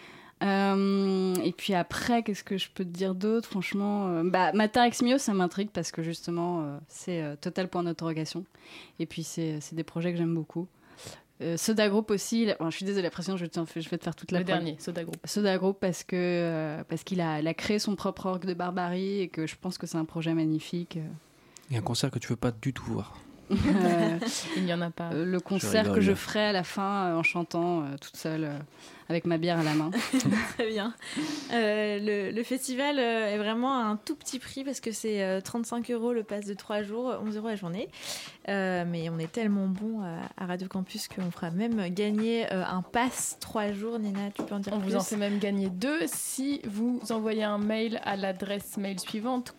L: Et puis après, qu'est-ce que je peux te dire d'autre? Franchement, Matar Ex Mio, ça m'intrigue parce que justement, c'est total point d'interrogation. Et puis c'est des projets que j'aime beaucoup. Soda Group aussi, je suis désolée, la pression, je vais te faire toute la
J: Le dernier,
L: Soda Group parce qu'il a créé son propre orgue de barbarie et que je pense que c'est un projet magnifique.
C: Et un concert que tu veux pas du tout voir.
J: Il n'y en a pas.
L: Le concert que je ferai à la fin en chantant toute seule avec ma bière à la main.
F: Très bien. Le festival est vraiment à un tout petit prix parce que c'est 35 € le pass de 3 jours, 11 € la journée. Mais on est tellement bon à Radio Campus qu'on fera même gagner un pass 3 jours. Nina, tu peux en dire plus?
J: On vous en fait même gagner 2 si vous envoyez un mail à l'adresse mail suivante,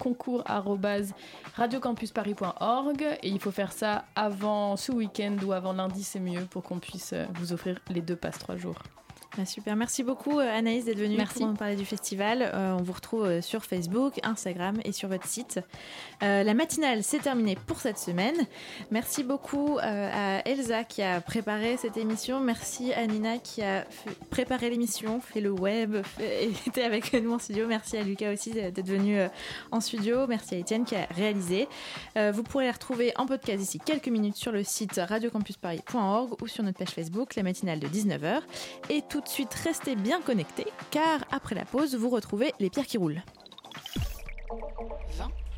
J: concours@radiocampusparis.org, et il faut faire ça avant ce week-end ou avant lundi, c'est mieux pour qu'on puisse vous offrir les 2 passes 3 jours.
F: Super, merci beaucoup Anaïs d'être venue pour nous parler du festival. On vous retrouve sur Facebook, Instagram et sur votre site. La matinale, c'est terminé pour cette semaine. Merci beaucoup à Elsa qui a préparé cette émission. Merci à Nina qui a préparé l'émission, fait le web, était avec nous en studio. Merci à Lucas aussi d'être venu en studio. Merci à Étienne qui a réalisé. Vous pourrez les retrouver en podcast d'ici quelques minutes sur le site radiocampusparis.org ou sur notre page Facebook, la matinale de 19h. Et tout de suite, restez bien connectés, car après la pause, vous retrouvez les pierres qui roulent.
A: 20